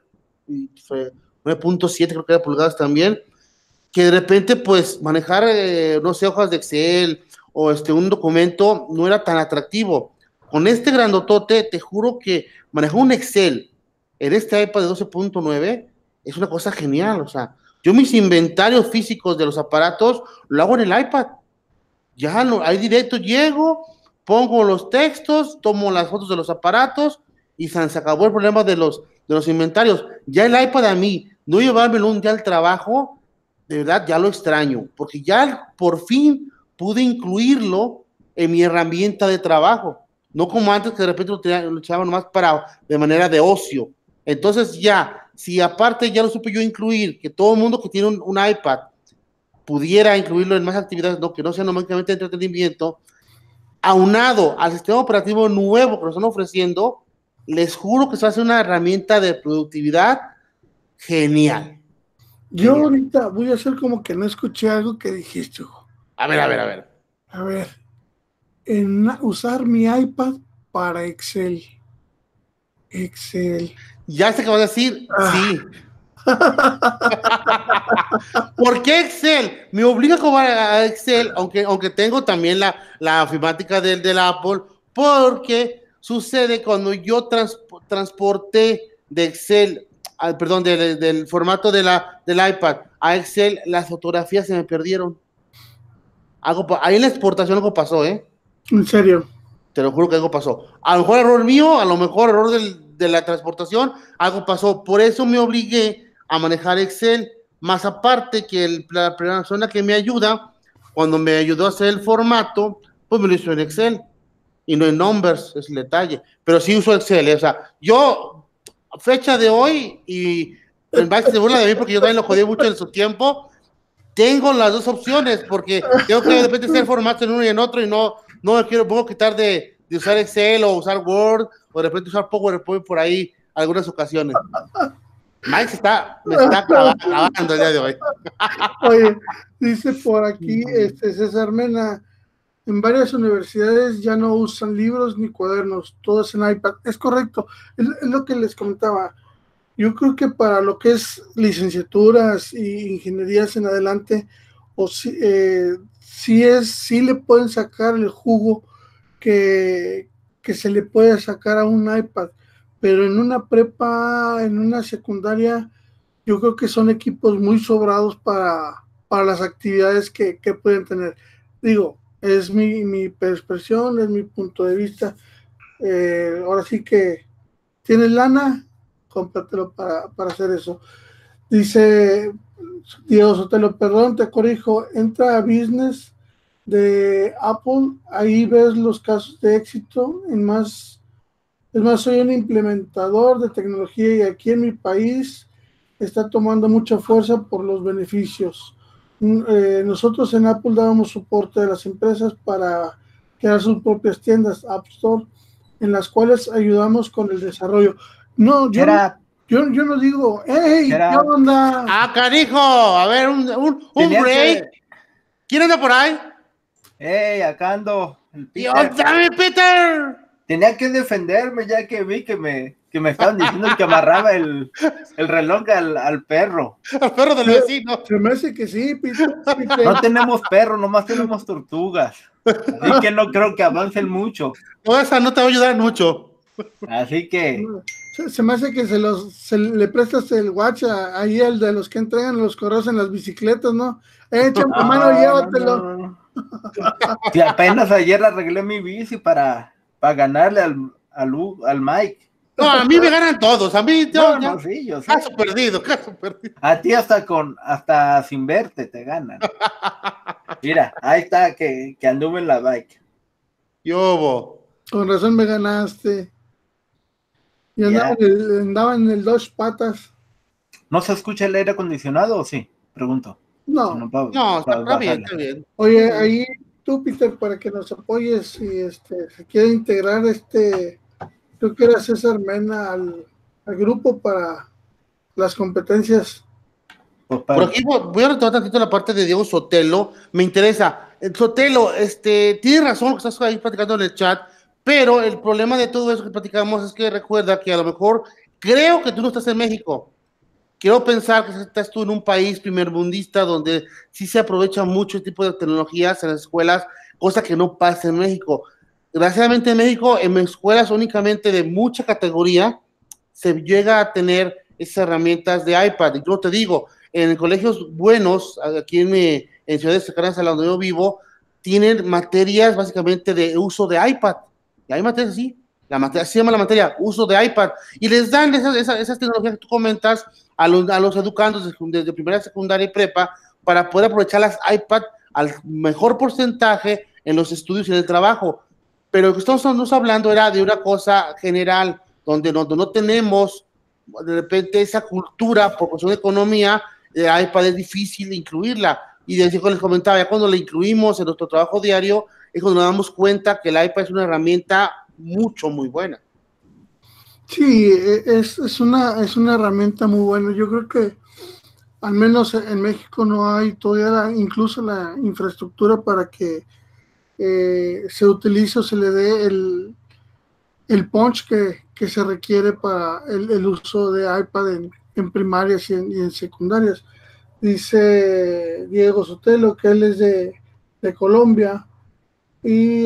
9.7 creo que era pulgadas también, que de repente pues manejar, no sé, hojas de Excel o un documento no era tan atractivo. Con este grandotote, te juro que manejar un Excel en este iPad de 12.9 es una cosa genial. O sea, yo mis inventarios físicos de los aparatos lo hago en el iPad. Ya no, ahí directo llego, pongo los textos, tomo las fotos de los aparatos y se acabó el problema de los inventarios. Ya el iPad a mí, no llevármelo un día al trabajo, de verdad ya lo extraño, porque ya por fin pude incluirlo en mi herramienta de trabajo, no como antes que de repente lo echaba nomás de manera de ocio. Entonces ya, si aparte ya lo supe yo incluir, que todo el mundo que tiene un iPad pudiera incluirlo en más actividades, no, que no sea normalmente de entretenimiento, aunado al sistema operativo nuevo que nos están ofreciendo, les juro que se hace una herramienta de productividad genial. Yo ahorita voy a hacer como que no escuché algo que dijiste. A ver. A ver, usar mi iPad para Excel. Ya sé que vas a decir, sí. ¿Por qué Excel? Me obliga a jugar a Excel, aunque tengo también la ofimática del Apple, porque sucede cuando yo transporté de Excel, perdón, del formato del iPad a Excel, las fotografías se me perdieron. Ahí en la exportación algo pasó, ¿eh? ¿En serio? Te lo juro que algo pasó. A lo mejor error mío, a lo mejor error de la transportación, algo pasó. Por eso me obligué a manejar Excel, más aparte que la persona que me ayuda, cuando me ayudó a hacer el formato, pues me lo hizo en Excel y no en Numbers, es el detalle. Pero sí uso Excel, o sea, yo, fecha de hoy, y en base se burla de mí porque yo también lo jodí mucho en su tiempo, tengo las dos opciones porque tengo que de repente hacer formato en uno y en otro y no me puedo quitar de usar Excel o usar Word o de repente usar PowerPoint por ahí algunas ocasiones. Mike me está clavando el día de hoy. Oye, dice por aquí César Mena, en varias universidades ya no usan libros ni cuadernos, todo es en iPad. Es correcto, es lo que les comentaba. Yo creo que para lo que es licenciaturas y ingenierías en adelante, sí le pueden sacar el jugo que se le puede sacar a un iPad, pero en una prepa, en una secundaria, yo creo que son equipos muy sobrados para las actividades que pueden tener. Digo, es mi percepción, es mi punto de vista. Ahora sí que tienes lana, cómpratelo para hacer eso. Dice Diego Sotelo, perdón, te corrijo, entra a Business de Apple, ahí ves los casos de éxito. Es más, soy un implementador de tecnología y aquí en mi país está tomando mucha fuerza por los beneficios. Nosotros en Apple dábamos soporte a las empresas para crear sus propias tiendas App Store, en las cuales ayudamos con el desarrollo. No, yo no digo, ¡hey! ¿Qué onda? ¡Ah, canijo! A ver, un break. ¿Quién anda por ahí? ¡Hey, acá ando! ¡Dios, dame, Peter! Tenía que defenderme ya que vi que me estaban diciendo que amarraba el reloj al perro. Al perro del vecino. Se me hace que sí, Peter. No tenemos perro, nomás tenemos tortugas. Así que no creo que avancen mucho. No, esa no te va a ayudar mucho. Así que... Se me hace que le prestas el watch ahí al de los que entregan los correos en las bicicletas, ¿no? Champa, llévatelo. Sí, apenas ayer arreglé mi bici para ganarle al Mike. No, a mí me ganan todos, a mí sí, yo sé. Caso perdido. A ti hasta sin verte te ganan. Mira, ahí está que anduve en la bike. Yo, Con razón me ganaste. Yo andaba en el dos patas. ¿No se escucha el aire acondicionado o sí? Pregunto. No. Si no, está bien, está bien. Oye, ahí tú, Peter, para que nos apoyes y se quiere integrar tú que eras César Mena al grupo para las competencias. Pues Por aquí voy a retomar tantito la parte de Diego Sotelo. Me interesa. Sotelo, tienes razón que estás ahí platicando en el chat, pero el problema de todo eso que platicamos es que recuerda que a lo mejor creo que tú no estás en México. Quiero pensar que estás tú en un país primermundista donde sí se aprovecha mucho este tipo de tecnologías en las escuelas, cosa que no pasa en México. Desgraciadamente en México, en escuelas únicamente de mucha categoría, se llega a tener esas herramientas de iPad. Y yo te digo, en colegios buenos, aquí en ciudades cercanas a donde yo vivo, tienen materias básicamente de uso de iPad. Y hay materias así, se llama la materia uso de iPad. Y les dan esas tecnologías que tú comentas a los educandos desde primaria, secundaria y prepa para poder aprovechar las iPad al mejor porcentaje en los estudios y en el trabajo. Pero lo que estamos hablando era de una cosa general, donde no tenemos de repente esa cultura por cuestión de economía, iPad es difícil incluirla. Y desde que les comentaba, ya cuando la incluimos en nuestro trabajo diario, es cuando nos damos cuenta que el iPad es una herramienta muy buena. Sí, es una herramienta muy buena. Yo creo que al menos en México no hay todavía incluso la infraestructura para que se utilice o se le dé el punch que se requiere para el uso de iPad en primarias y en secundarias. Dice Diego Sotelo que él es de Colombia y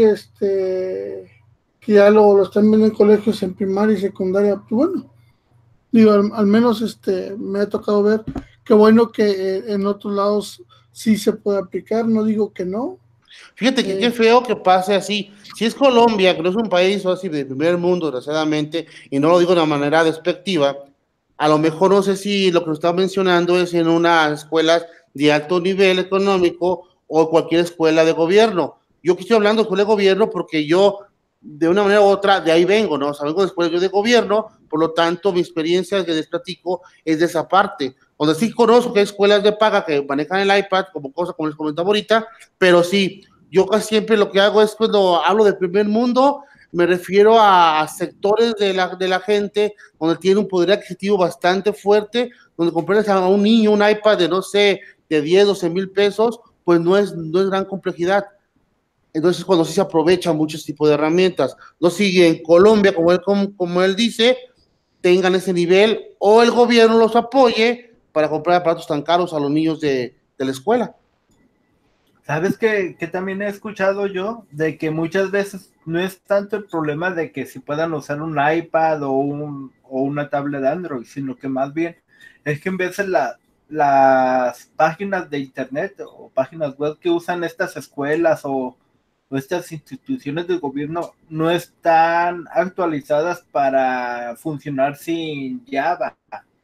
que ya lo están viendo en colegios en primaria y secundaria. Pues bueno, digo, al menos me ha tocado ver. Qué bueno que en otros lados sí se puede aplicar, no digo que no. Fíjate que qué feo que pase así. Si es Colombia, que no es un país así de primer mundo, desgraciadamente, y no lo digo de una manera despectiva, a lo mejor no sé si lo que nos está mencionando es en unas escuelas de alto nivel económico o cualquier escuela de gobierno. Yo que estoy hablando de escuela de gobierno porque yo, de una manera u otra, de ahí vengo, ¿no? O sea, vengo de escuela de gobierno, por lo tanto, mi experiencia que les platico es de esa parte, donde sí conozco que hay escuelas de paga que manejan el iPad como cosa, como les comentaba ahorita, pero sí, yo casi siempre lo que hago es cuando hablo del primer mundo, me refiero a sectores de la gente donde tiene un poder adquisitivo bastante fuerte, donde comprarles a un niño un iPad de, no sé, de 10, 12 mil pesos, pues no es gran complejidad. Entonces, cuando sí se aprovechan muchos tipos de herramientas. No sigue en Colombia, como él dice, tengan ese nivel, o el gobierno los apoye para comprar aparatos tan caros a los niños de la escuela. ¿Sabes que también he escuchado yo? De que muchas veces no es tanto el problema de que si puedan usar un iPad o una tablet de Android, sino que más bien es que en vez de las páginas de internet o páginas web que usan estas escuelas o estas instituciones del gobierno no están actualizadas para funcionar sin Java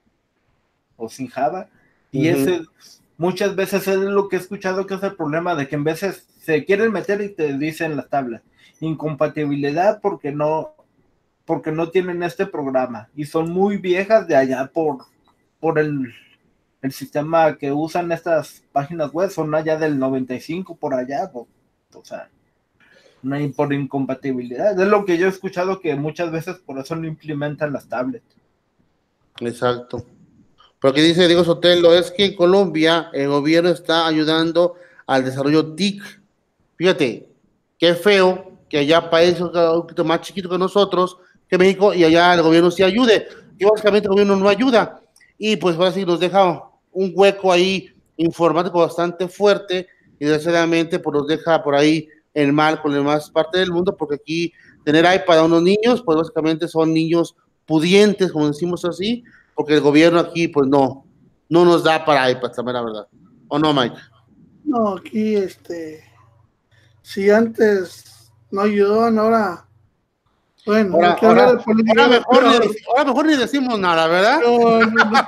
o sin Java. Y ese muchas veces es lo que he escuchado que es el problema, de que en veces se quieren meter y te dicen las tablas, incompatibilidad porque no tienen este programa y son muy viejas de allá por el sistema que usan estas páginas web, son allá del 95 por allá, o sea, no hay por incompatibilidad. Es lo que yo he escuchado, que muchas veces por eso no implementan las tablets. Exacto. Porque dice Diego Sotelo, es que en Colombia el gobierno está ayudando al desarrollo TIC. Fíjate, qué feo que allá países un poquito más chiquitos que nosotros, que México, y allá el gobierno sí ayude. Y básicamente el gobierno no ayuda. Y pues ahora sí nos deja un hueco ahí informático bastante fuerte y desgraciadamente pues nos deja por ahí el mal con la demás parte del mundo, porque aquí tener iPad a unos niños, pues básicamente son niños pudientes, como decimos así, porque el gobierno aquí pues no nos da para iPads, también la verdad. ¿O no, Mike? No, aquí si antes no ayudaban, ahora Bueno, ahora mejor ni decimos nada, ¿verdad? No.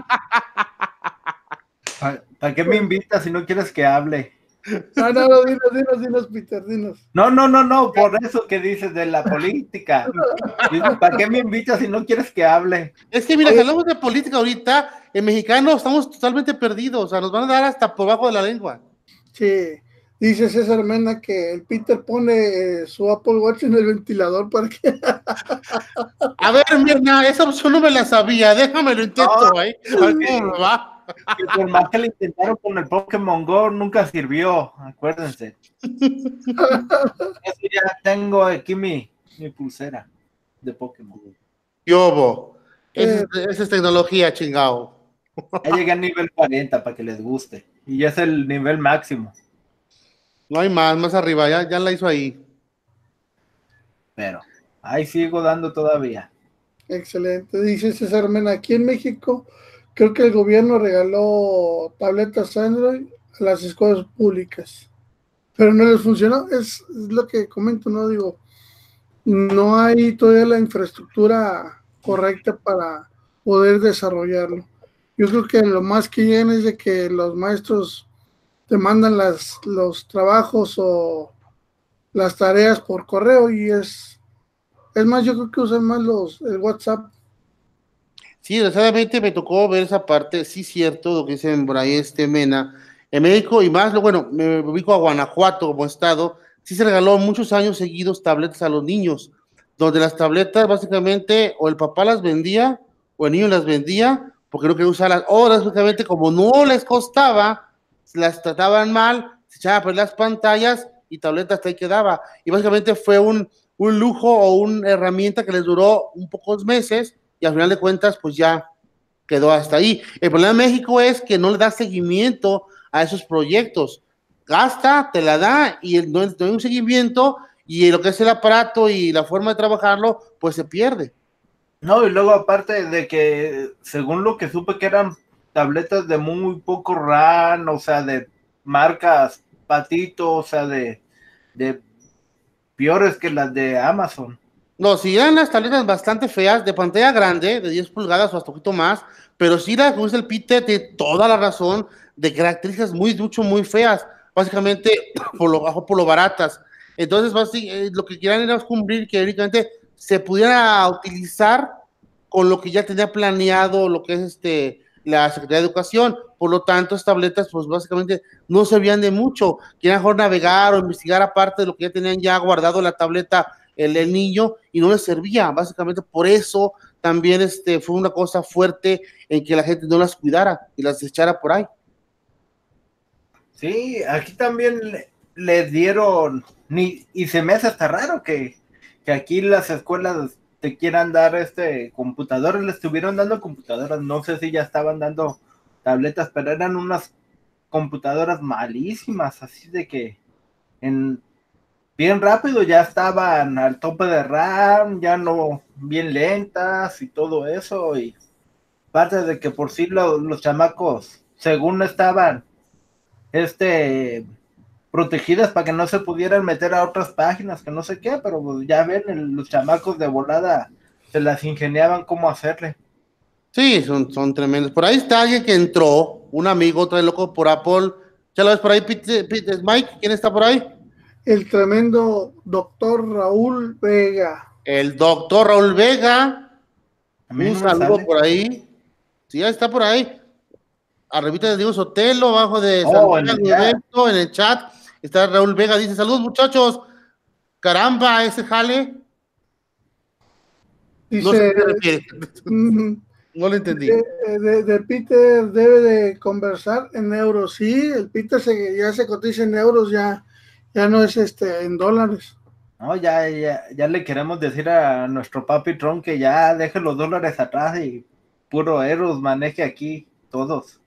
¿Para qué me invitas si no quieres que hable? No, dinos, Peter, dinos. No, por eso que dices de la política. ¿Para qué me invitas si no quieres que hable? Es que mira, si hablamos de política ahorita, en mexicano estamos totalmente perdidos, o sea, nos van a dar hasta por bajo de la lengua. Sí, dice César Mena que el Peter pone su Apple Watch en el ventilador para que... A ver, mira, esa opción no me la sabía, déjame lo intento, ahí, a ver cómo me va. Que por más que lo intentaron con el Pokémon Go, nunca sirvió, acuérdense. Eso ya tengo aquí mi pulsera de Pokémon. Yobo, esa es tecnología, chingado. Ya llegué a nivel 40 para que les guste. Y ya es el nivel máximo. No hay más arriba, ya la hizo ahí. Pero ahí sigo dando todavía. Excelente, dice César Mena, aquí en México creo que el gobierno regaló tabletas Android a las escuelas públicas, pero no les funcionó, es lo que comento, ¿no? Digo, no hay todavía la infraestructura correcta para poder desarrollarlo. Yo creo que lo más que llegan es de que los maestros te mandan los trabajos o las tareas por correo y es más, yo creo que usan más el WhatsApp. Sí, desgraciadamente me tocó ver esa parte, sí cierto, lo que dicen por ahí Mena, en México y más, bueno, me ubico a Guanajuato como estado, sí se regaló muchos años seguidos tabletas a los niños, donde las tabletas básicamente o el papá las vendía o el niño las vendía porque no quería usarlas, o básicamente como no les costaba, las trataban mal, se echaban a perder las pantallas y tabletas hasta ahí quedaba, y básicamente fue un lujo o una herramienta que les duró un pocos meses, y al final de cuentas, pues ya quedó hasta ahí. El problema de México es que no le da seguimiento a esos proyectos. Gasta, te la da y no hay un seguimiento y lo que es el aparato y la forma de trabajarlo, pues se pierde. No, y luego aparte de que, según lo que supe, que eran tabletas de muy poco RAM, o sea, de marcas patito, o sea, de peores que las de Amazon. No, si eran las tabletas bastante feas, de pantalla grande, de 10 pulgadas o hasta un poquito más, pero sí las, como dice el Peter, tiene toda la razón, de características muy feas, básicamente por lo baratas. Entonces, lo que quieran era cumplir que únicamente se pudiera utilizar con lo que ya tenía planeado lo que es la Secretaría de Educación. Por lo tanto, estas tabletas, pues básicamente no servían de mucho. Querían mejor navegar o investigar aparte de lo que ya tenían ya guardado la tableta el niño y no les servía. Básicamente por eso también fue una cosa fuerte en que la gente no las cuidara y las echara por ahí. Sí, aquí también les dieron, y se me hace hasta raro que aquí las escuelas te quieran dar computadores, le estuvieron dando computadoras, no sé si ya estaban dando tabletas, pero eran unas computadoras malísimas, así de que bien rápido ya estaban al tope de RAM, ya no, bien lentas y todo eso, y parte de que por sí los chamacos, según estaban protegidas para que no se pudieran meter a otras páginas, que no sé qué, pero pues ya ven, los chamacos de volada se las ingeniaban cómo hacerle. Sí, son tremendos. Por ahí está alguien que entró, un amigo, trae loco por Apple. ¿Ya lo ves por ahí, Peter, Mike? ¿Quién está por ahí? El tremendo doctor Raúl Vega. El doctor Raúl Vega. Un saludo por ahí. Sí, ya está por ahí. Arribita de Diego Sotelo, abajo de Santiago, en el chat. Está Raúl Vega, dice, saludos muchachos. Caramba, ese jale. Dice, no sé qué se refiere. No lo entendí. De Peter debe de conversar en euros. Sí, el Peter ya se cotiza en euros, ya no es en dólares. No, ya le queremos decir a nuestro papi Tron que ya deje los dólares atrás y puro euros maneje aquí todos.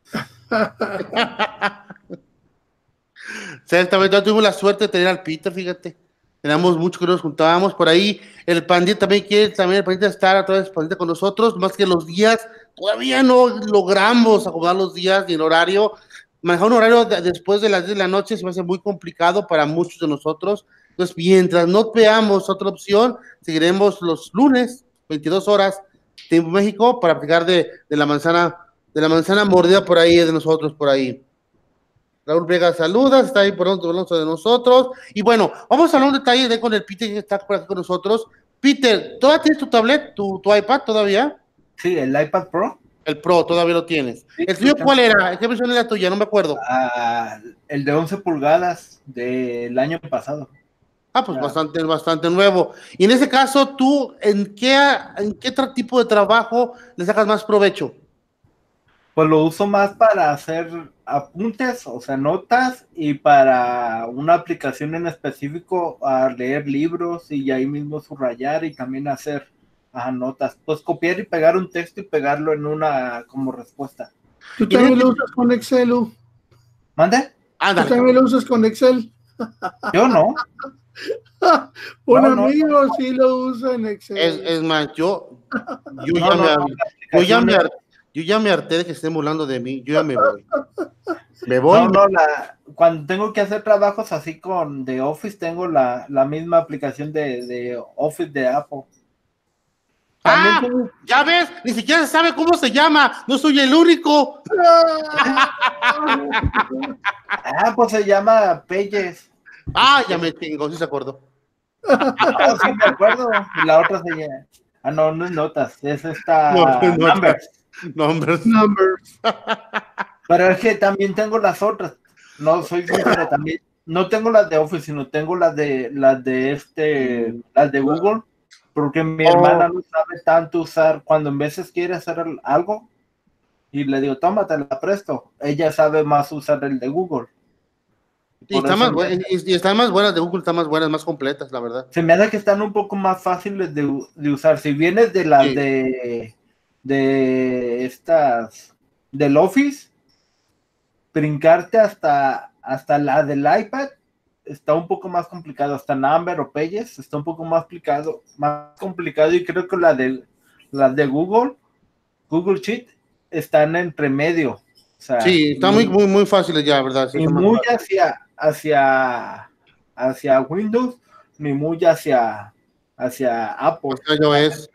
Ciertamente, tuvimos la suerte de tener al Peter, fíjate. Teníamos mucho que nos juntábamos por ahí. El Pandita también quiere, el Pandita estar otra vez Pandita con nosotros, más que los días, todavía no logramos acomodar los días ni el horario. Manejar un horario después de las 10 de la noche se me hace muy complicado para muchos de nosotros. Entonces, mientras no veamos otra opción, seguiremos los lunes, 22 horas, tiempo México, para aplicar de la manzana mordida por ahí, de nosotros por ahí. Raúl Vega saluda, está ahí por otro de nosotros. Y bueno, vamos a hablar un detalle de con el Peter que está por aquí con nosotros. Peter, ¿todavía tienes tu tablet, tu iPad todavía? Sí, el iPad Pro. El Pro, todavía lo tienes. Sí, ¿El tuyo cuál era? ¿Qué versión era tuya? No me acuerdo. El de 11 pulgadas del año pasado. Pues bastante nuevo. Y en ese caso, ¿tú en qué tipo de trabajo le sacas más provecho? Pues lo uso más para hacer apuntes, o sea, notas, y para una aplicación en específico a leer libros y ahí mismo subrayar y también hacer notas. Pues copiar y pegar un texto y pegarlo en una como respuesta. ¿Tú también lo usas con Excel, Lu? ¿Mande? ¿Tú también lo usas con Excel? Yo no. Un amigo sí lo usa en Excel. Es más, yo ya me harté de que estén burlando de mí. Yo ya me voy. Cuando tengo que hacer trabajos así con The Office, tengo la misma aplicación de Office de Apple. Ya ves, ni siquiera se sabe cómo se llama. No soy el único. Pues se llama Pages. Ya me chingo, sí se acordó. Sí me acuerdo. Y la otra se llama. No es Notas, es esta Numbers. Pero es que también tengo las otras. No soy sincero, también. No tengo las de Office, sino tengo las de Google, porque mi hermana no sabe tanto usar. Cuando en veces quiere hacer algo y le digo, tómate, la presto, ella sabe más usar el de Google. Y están más buenas de Google, están más buenas, más completas, la verdad. Se me hace que están un poco más fáciles de usar. Si vienes de las de estas del Office, brincarte hasta la del iPad está un poco más complicado. Hasta Number o Pages está un poco más complicado, y creo que las de Google Sheet están entre medio. O sea, sí, están muy fáciles ya, ¿verdad? Sí, ni muy hacia Windows, ni muy hacia Apple. iOS.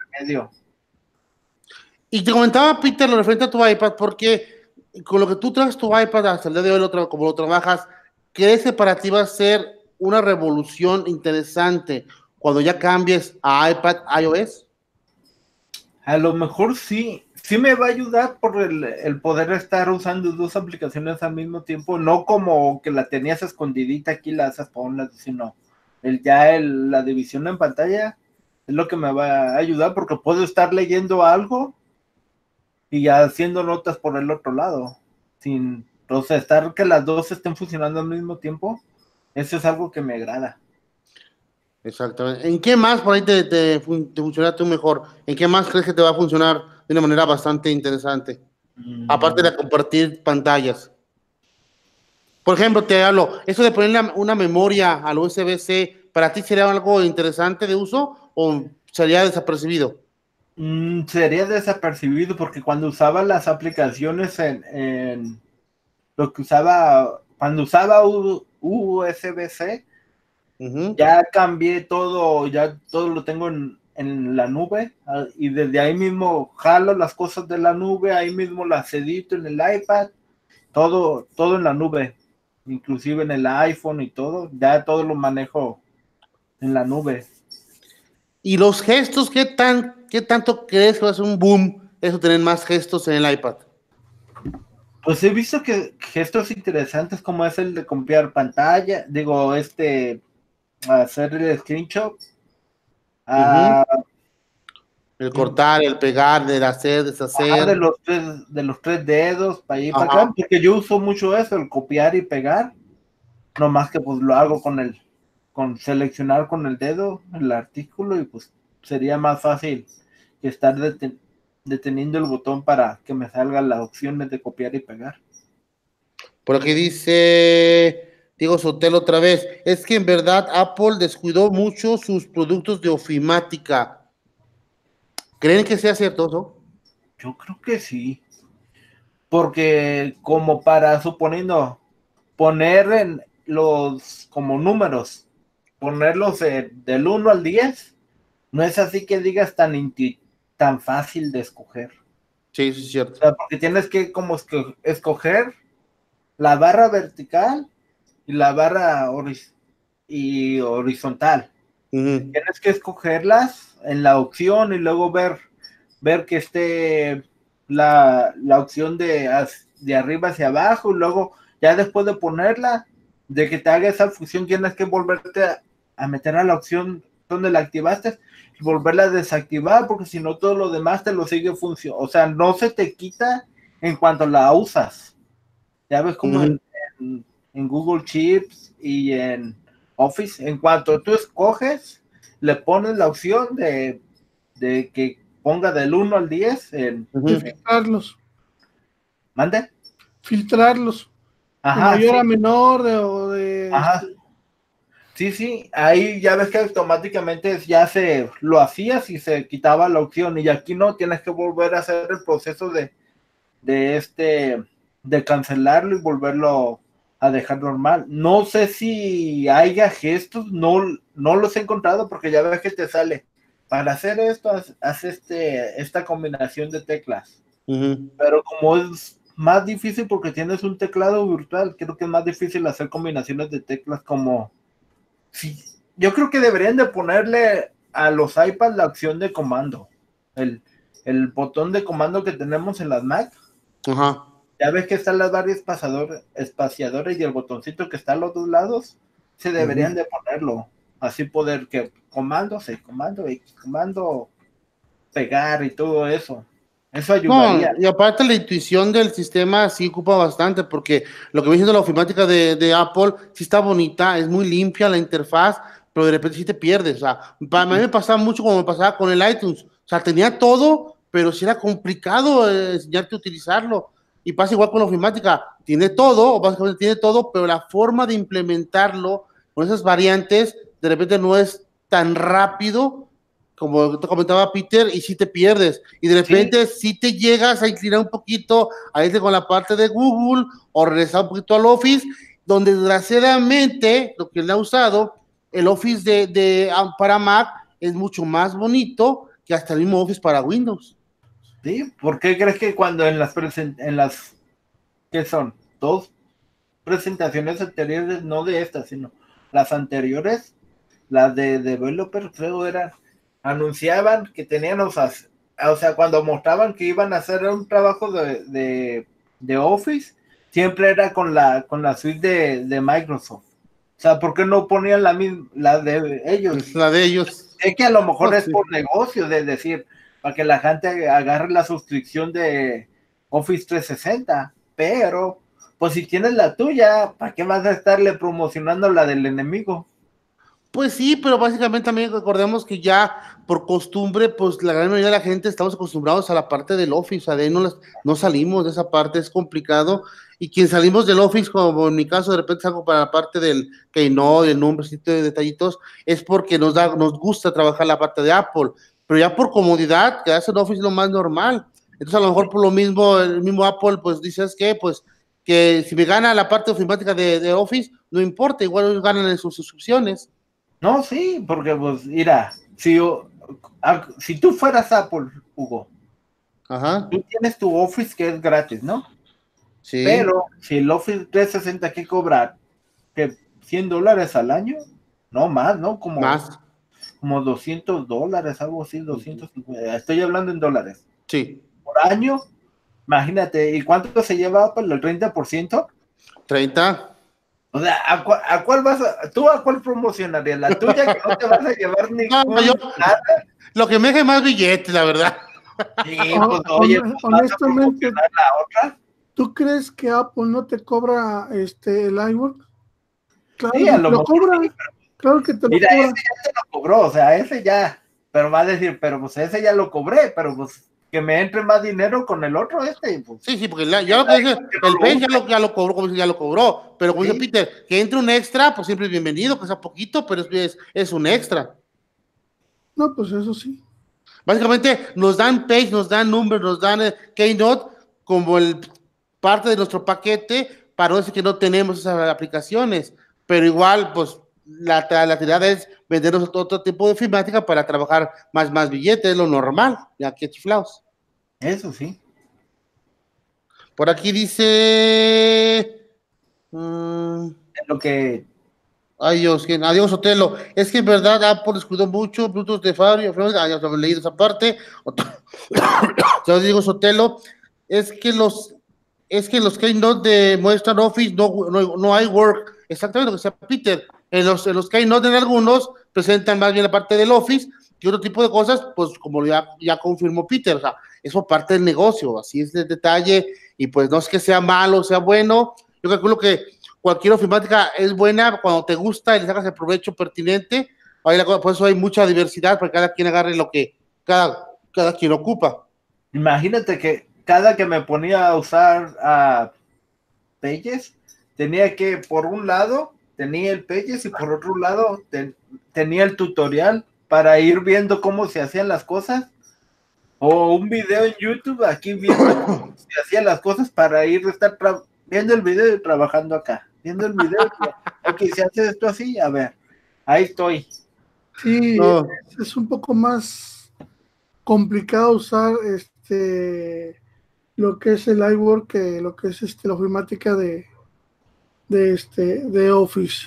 Y te comentaba, Peter, lo referente a tu iPad, porque con lo que tú traes tu iPad hasta el día de hoy, como lo trabajas, ¿crees que para ti va a ser una revolución interesante cuando ya cambies a iPad iOS? A lo mejor sí me va a ayudar por el poder estar usando dos aplicaciones al mismo tiempo, no como que la tenías escondidita aquí, la haces para un lado, sino la división en pantalla es lo que me va a ayudar, porque puedo estar leyendo algo y haciendo notas por el otro lado, estar que las dos estén funcionando al mismo tiempo. Eso es algo que me agrada. Exactamente. ¿En qué más por ahí te funciona tú mejor? ¿En qué más crees que te va a funcionar de una manera bastante interesante? Aparte de compartir pantallas. Por ejemplo, te hablo, eso de poner una memoria al USB-C, ¿para ti sería algo interesante de uso o sería desapercibido? Sería desapercibido, porque cuando usaba las aplicaciones en lo que usaba, cuando usaba USB-C, ya cambié todo, ya todo lo tengo en la nube, y desde ahí mismo jalo las cosas de la nube, ahí mismo las edito en el iPad, todo en la nube, inclusive en el iPhone y todo, ya todo lo manejo en la nube. ¿Y los gestos, qué tanto crees que va a ser un boom eso, tener más gestos en el iPad? Pues he visto que gestos interesantes como es el de copiar pantalla, hacer el screenshot, el cortar, el pegar, el hacer, deshacer. De los tres dedos para allá y para acá, porque yo uso mucho eso, el copiar y pegar, no más que pues lo hago con seleccionar con el dedo el artículo, y pues sería más fácil que estar deteniendo el botón para que me salgan las opciones de copiar y pegar. Por aquí dice Diego Sotelo otra vez, es que en verdad Apple descuidó mucho sus productos de ofimática. ¿Creen que sea cierto eso? Yo creo que sí, porque como para, suponiendo, poner en los como números ponerlos del 1 al 10, no es así que digas tan fácil de escoger. Sí, sí, es cierto. O sea, porque tienes que como escoger la barra vertical y la barra horizontal. Uh-huh. Tienes que escogerlas en la opción y luego ver que esté la opción de arriba hacia abajo, y luego ya después de ponerla, de que te haga esa función, tienes que volverte a meter a la opción donde la activaste y volverla a desactivar, porque si no todo lo demás te lo sigue funcionando, o sea, no se te quita en cuanto la usas. Ya ves como Uh-huh. en Google Sheets y en Office, en cuanto tú escoges, le pones la opción de que ponga del 1 al 10 de filtrarlos. ¿Mande? Filtrarlos. Ajá, de mayor sí. a menor Ajá. Sí, ahí ya ves que automáticamente ya lo hacías y se quitaba la opción, y aquí no, tienes que volver a hacer el proceso de cancelarlo y volverlo a dejar normal. No sé si haya gestos, no los he encontrado, porque ya ves que te sale para hacer esto, haz esta combinación de teclas. Uh-huh. Pero como es más difícil porque tienes un teclado virtual, creo que es más difícil hacer combinaciones de teclas como... Sí, yo creo que deberían de ponerle a los iPads la opción de comando, el botón de comando que tenemos en las Mac. Ajá. Ya ves que están las varias espaciadores y el botoncito que está a los dos lados, se deberían de ponerlo, así poder que comando pegar y todo eso. Eso ayudaría. No, y aparte la intuición del sistema sí ocupa bastante, porque lo que viene siendo la ofimática de Apple sí está bonita, es muy limpia la interfaz, pero de repente sí te pierdes. O sea, para mí me pasaba mucho como me pasaba con el iTunes. O sea, tenía todo, pero sí era complicado enseñarte a utilizarlo. Y pasa igual con la ofimática. Tiene todo, o básicamente tiene todo, pero la forma de implementarlo con esas variantes de repente no es tan rápido como te comentaba Peter, y si te pierdes, y de repente si te llegas a inclinar un poquito a irte con la parte de Google, o regresar un poquito al Office, donde desgraciadamente, lo que le ha usado, el Office para Mac es mucho más bonito que hasta el mismo Office para Windows. ¿Sí? ¿Por qué crees que cuando en las ¿qué son? Dos presentaciones anteriores, no de estas, sino las anteriores, las de developer, creo anunciaban que tenían, o sea, cuando mostraban que iban a hacer un trabajo de Office, siempre era con la suite de Microsoft. O sea, ¿por qué no ponían la de ellos? La de ellos. Sé que a lo mejor es sí. por negocio, de decir, para que la gente agarre la suscripción de Office 360, pero pues si tienes la tuya, ¿para qué vas a estarle promocionando la del enemigo? Pues sí, pero básicamente también recordemos que ya por costumbre, pues la gran mayoría de la gente estamos acostumbrados a la parte del Office, o sea, de ahí no salimos de esa parte, es complicado, y quien salimos del Office, como en mi caso, de repente salgo para la parte del Keynote, el nombrecito de detallitos, es porque nos gusta trabajar la parte de Apple, pero ya por comodidad, quedarse en Office es lo más normal. Entonces a lo mejor por lo mismo, el mismo Apple, pues dices que, pues, que si me gana la parte ofimática de Office, no importa, igual ellos ganan en sus suscripciones. No, sí, porque pues, mira, si tú fueras Apple, Hugo, Ajá. tú tienes tu Office que es gratis, ¿no? Sí. Pero si el Office 360 hay que cobrar, que $100 al año, no más, ¿no? Como $200, algo así, 250, estoy hablando en dólares. Sí. Por año, imagínate, ¿y cuánto se lleva Apple? ¿El 30%? 30. O sea, ¿a cuál tú a cuál promocionarías? ¿La tuya, que no te vas a llevar ningún nada? Lo que me deje más billetes, la verdad. Sí, pues oye, pues, honestamente, ¿vas a la otra? ¿Tú crees que Apple no te cobra el iWork? Claro Sí, que a te lo lo mejor cobra. sí, Claro que te lo mira, cobra. ese ya te lo cobró, o sea, ese ya, pero va a decir, pero pues ese ya lo cobré, pero pues que me entre más dinero con el otro pues. Sí, porque ya lo que dice, el Face ya lo cobró, como dice, ya lo cobró, pero como dice Peter, que entre un extra, pues siempre es bienvenido, que sea poquito, pero es un extra. No, pues eso sí. Básicamente nos dan Page, nos dan Number, nos dan Keynote como parte de nuestro paquete, para no decir que no tenemos esas aplicaciones, pero igual, pues la tirada es vendernos otro tipo de ofimática para trabajar más billetes, lo normal, ya que chiflados. Eso sí. Por aquí dice... Lo que... Ay, Dios, adiós, Otelo. Es que en verdad Apple descuidó mucho, productos de Fabio, ya he leído esa parte. Yo digo, Sotelo, es que los Keynote de muestran Office no hay work. Exactamente lo que sea Peter. En los Keynote en algunos presentan más bien la parte del Office que otro tipo de cosas, pues como ya confirmó Peter, o sea, eso parte del negocio, así es el detalle, y pues no es que sea malo, sea bueno. Yo calculo que cualquier ofimática es buena cuando te gusta y le sacas el provecho pertinente. Por eso hay mucha diversidad, para que cada quien agarre lo que cada quien ocupa. Imagínate que cada que me ponía a usar a Pages, tenía que, por un lado, tenía el Pages y por otro lado tenía el tutorial para ir viendo cómo se hacían las cosas, o un video en YouTube aquí viendo cómo se hacían las cosas para estar viendo el video y trabajando acá, viendo el video, ok, se hace esto así, a ver, ahí estoy. Sí, no. Es un poco más complicado usar lo que es el iWork que lo que es la ofimática de Office.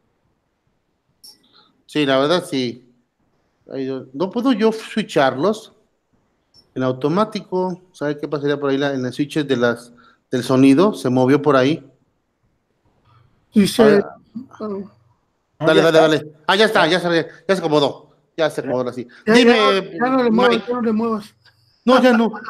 Sí, la verdad sí. No puedo yo switcharlos en automático. ¿Sabe qué pasaría por ahí en las switches del sonido? Se movió por ahí. Sí, Dale. Ah, ya está, ya se acomodó. Ya se acomodó así. Dime. Ya no le muevas, ya no le muevas. No, ya no.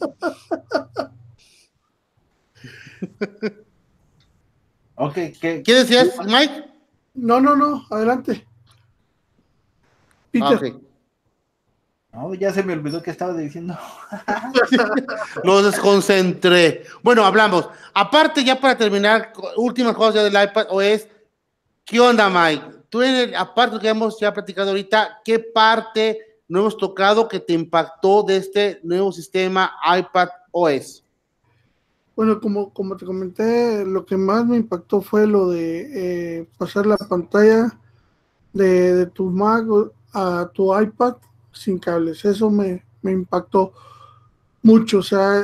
Okay, ¿Qué decías, Mike? No, adelante. Peter. Okay. No, ya se me olvidó que estaba diciendo. Lo desconcentré. Bueno, hablamos. Aparte, ya para terminar, últimas cosas del iPad OS. ¿Qué onda, Mike? Tú, aparte de lo que hemos ya platicado ahorita, ¿qué parte no hemos tocado que te impactó de este nuevo sistema iPad OS? Bueno, como te comenté, lo que más me impactó fue lo de pasar la pantalla de tu Mac a tu iPad sin cables. Eso me impactó mucho. O sea,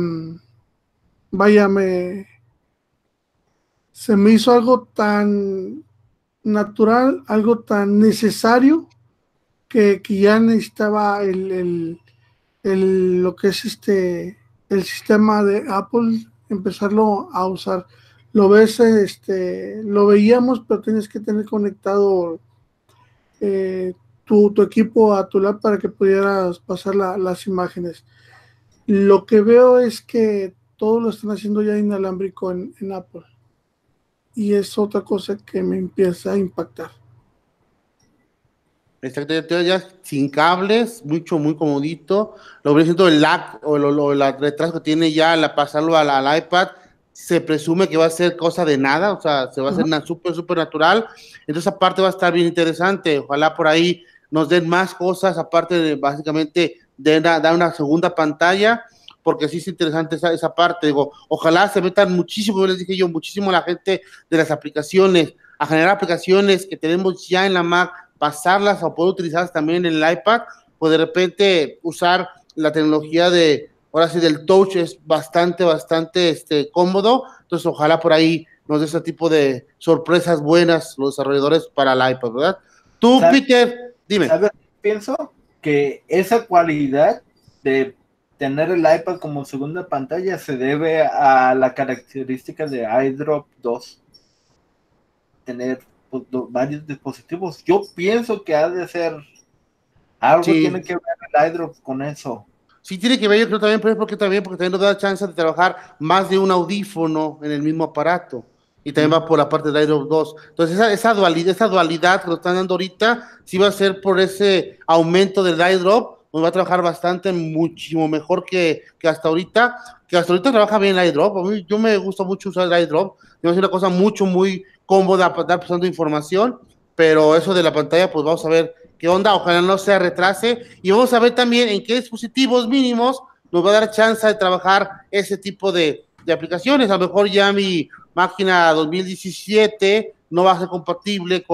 se me hizo algo tan natural, algo tan necesario que ya necesitaba lo que es el sistema de Apple, empezarlo a usar. Lo ves, lo veíamos, pero tienes que tener conectado tu equipo a tu lab para que pudieras pasar las imágenes. Lo que veo es que todo lo están haciendo ya inalámbrico en Apple, y es otra cosa que me empieza a impactar. Exacto, ya sin cables, muy comodito. Lo que siento el lag o el retraso que tiene ya al pasarlo al iPad, se presume que va a ser cosa de nada, o sea, se va a hacer súper natural. Entonces, aparte va a estar bien interesante. Ojalá por ahí nos den más cosas, aparte de básicamente dar una segunda pantalla, porque sí es interesante esa parte. Digo, ojalá se metan muchísimo, como les dije yo, muchísimo la gente de las aplicaciones, a generar aplicaciones que tenemos ya en la Mac, pasarlas o poder utilizarlas también en el iPad, pues de repente usar la tecnología del touch es bastante cómodo. Entonces ojalá por ahí nos dé ese tipo de sorpresas buenas los desarrolladores para el iPad, ¿verdad? Tú, Peter, dime. ¿Sabes? Pienso que esa cualidad de tener el iPad como segunda pantalla se debe a la característica de iDrop 2. Tener varios dispositivos. Yo pienso que ha de ser algo, tiene que ver el iDrop con eso. Sí, tiene que ver, yo creo también, porque también nos da chance de trabajar más de un audífono en el mismo aparato. Y también va por la parte del iDrop 2. Entonces, esa dualidad que nos están dando ahorita, sí va a ser por ese aumento del iDrop, nos va a trabajar muchísimo mejor que hasta ahorita. Que hasta ahorita trabaja bien el iDrop. A mí, yo me gusta mucho usar el iDrop. Es una cosa muy cómoda para estar pasando información. Pero eso de la pantalla, pues vamos a ver qué onda. Ojalá no se retrase. Y vamos a ver también en qué dispositivos mínimos nos va a dar chance de trabajar ese tipo de aplicaciones. A lo mejor ya mi máquina 2017 no va a ser compatible con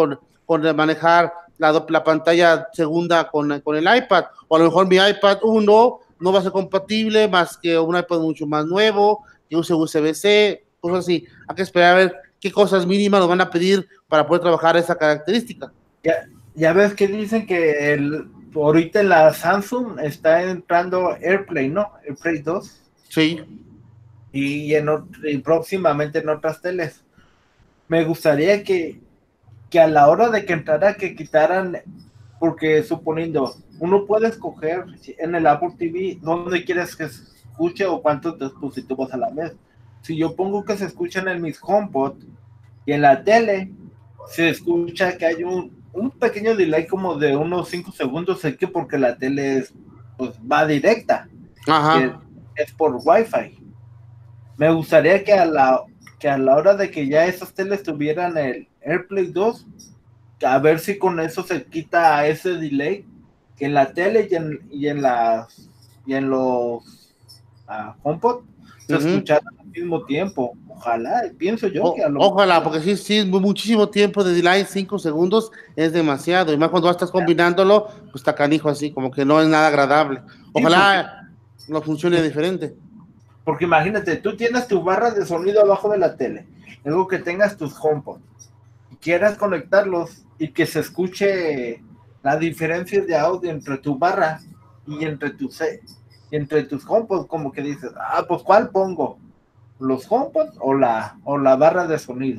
con manejar la pantalla segunda con el iPad, o a lo mejor mi iPad 1 no va a ser compatible más que un iPad mucho más nuevo, que use USB-C, cosas así. Hay que esperar a ver qué cosas mínimas nos van a pedir para poder trabajar esa característica. Ya ves que dicen que ahorita en la Samsung está entrando AirPlay, ¿no? AirPlay 2. Sí. Y próximamente en otras teles. Me gustaría que a la hora de que entrara, que quitaran, porque suponiendo, uno puede escoger en el Apple TV dónde quieres que se escuche o cuántos dispositivos a la vez. Si yo pongo que se escuchan en mis HomePod y en la tele se escucha que hay un pequeño delay como de unos 5 segundos, sé que porque la tele pues, va directa. Ajá. Es por Wi-Fi. Me gustaría que a la hora de que ya esas teles tuvieran el AirPlay 2, a ver si con eso se quita ese delay que en la tele y en los HomePod se escucharan al mismo tiempo. Ojalá, pienso yo que ojalá, porque sí, muchísimo tiempo de delay, 5 segundos es demasiado, y más cuando estás combinándolo, pues está canijo así, como que no es nada agradable. Ojalá no funcione diferente. Porque imagínate, tú tienes tu barra de sonido abajo de la tele, luego que tengas tus HomePod, y quieras conectarlos y que se escuche la diferencia de audio entre tu barra y entre tus HomePod, como que dices, pues ¿cuál pongo? ¿Los HomePod o la barra de sonido?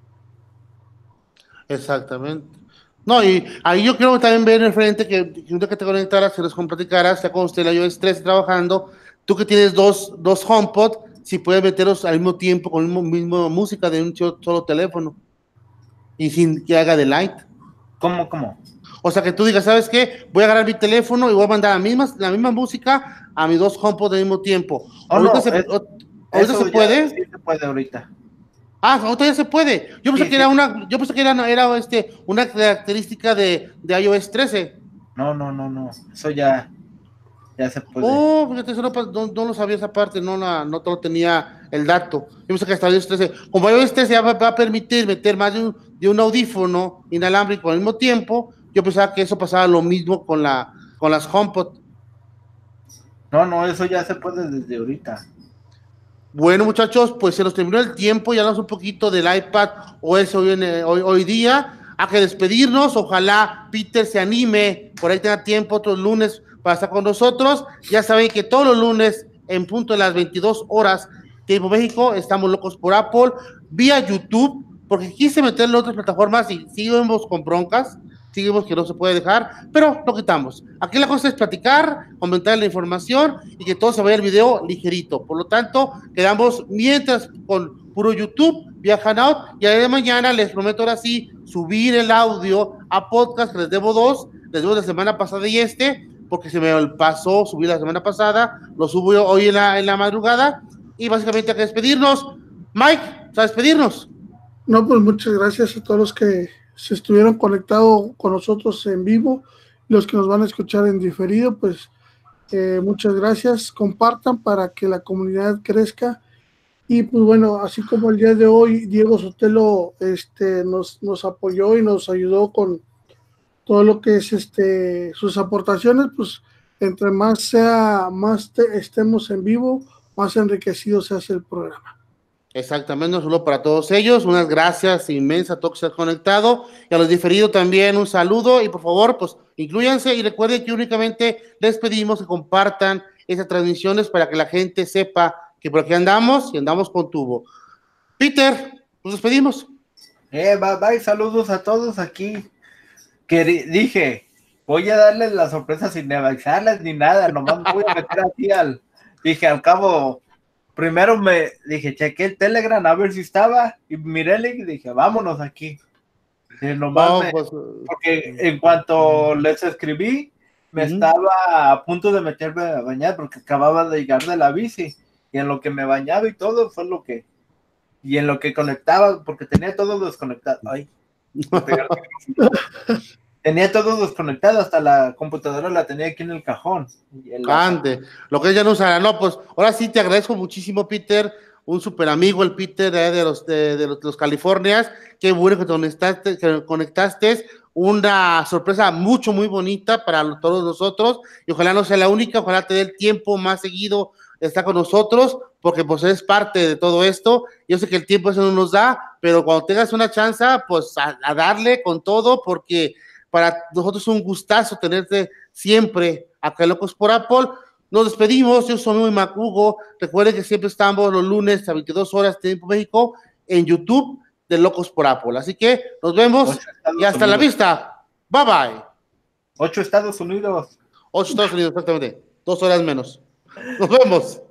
Exactamente. No, y ahí yo creo que también ver el frente que un día que te conectaras, se los platicaras, ya cuando esté la iOS 13 trabajando, tú que tienes dos HomePod, si puedes meterlos al mismo tiempo con la misma música de un solo teléfono y sin que haga delay. ¿Cómo? O sea, que tú digas, ¿sabes qué? Voy a agarrar mi teléfono y voy a mandar la misma música a mis dos HomePod al mismo tiempo. ¿Ahorita se puede? Sí se puede ahorita. Ahorita ya se puede. Yo pensé que era una característica de iOS 13. No. Eso ya se puede. Fíjate, eso no lo sabía esa parte, no tenía el dato. Yo pensé que hasta iOS 13, como iOS 13 ya va a permitir meter más de un audífono inalámbrico al mismo tiempo, yo pensaba que eso pasaba lo mismo con las HomePod. No, eso ya se puede desde ahorita. Bueno, muchachos, pues se nos terminó el tiempo, ya hablamos un poquito del iPad OS hoy día. Hay que despedirnos, ojalá Peter se anime, por ahí tenga tiempo otros lunes para estar con nosotros. Ya saben que todos los lunes, en punto de las 22 horas, tiempo México, estamos locos por Apple, vía YouTube, porque quise meterle otras plataformas y seguimos con broncas, seguimos que no se puede dejar, pero lo quitamos. Aquí la cosa es platicar, comentar la información y que todo se vaya el video ligerito. Por lo tanto, quedamos mientras con puro YouTube, vía Hangout, y a de mañana les prometo ahora sí subir el audio a podcast, que les debo 2, les debo la semana pasada y porque se me pasó subir la semana pasada, lo subo hoy en la madrugada, y básicamente hay que despedirnos. Mike, ¿sabes despedirnos? No, pues muchas gracias a todos los que se estuvieron conectados con nosotros en vivo, los que nos van a escuchar en diferido, pues muchas gracias, compartan para que la comunidad crezca, y pues bueno, así como el día de hoy Diego Sotelo nos apoyó y nos ayudó con todo lo que es sus aportaciones, pues entre más estemos en vivo, más enriquecido se hace el programa. Exactamente, un saludo para todos ellos, unas gracias inmensas a todos que se han conectado, y a los diferidos también un saludo, y por favor, pues inclúyanse y recuerden que únicamente les pedimos que compartan esas transmisiones para que la gente sepa que por aquí andamos y andamos con tubo. Peter, nos despedimos. Bye, saludos a todos aquí, que dije, voy a darles la sorpresa sin avisarles ni nada, nomás me voy a meter aquí dije, al cabo, primero me dije, chequé el Telegram a ver si estaba, y miré el link y dije, vámonos aquí. Porque en cuanto les escribí, me estaba a punto de meterme a bañar, porque acababa de llegar de la bici, y en lo que me bañaba y todo fue y en lo que conectaba, porque tenía todo desconectado. Tenía todo desconectado, hasta la computadora la tenía aquí en el cajón. Lo que ella no usará. No, pues ahora sí te agradezco muchísimo, Peter. un super amigo, el Peter de los Californias. Qué bueno que conectaste. Una sorpresa muy bonita para todos nosotros, y ojalá no sea la única, ojalá te dé el tiempo más seguido de estar con nosotros, porque pues eres parte de todo esto. Yo sé que el tiempo eso no nos da, pero cuando tengas una chance, pues a darle con todo, porque para nosotros es un gustazo tenerte siempre acá en Locos por Apple. Nos despedimos, yo soy muy Macugo. Recuerden que siempre estamos los lunes a 22 horas tiempo México en YouTube de Locos por Apple. Así que nos vemos y hasta la vista. Bye bye. 8 Estados Unidos. 8 Estados Unidos, exactamente. 2 horas menos. Nos vemos.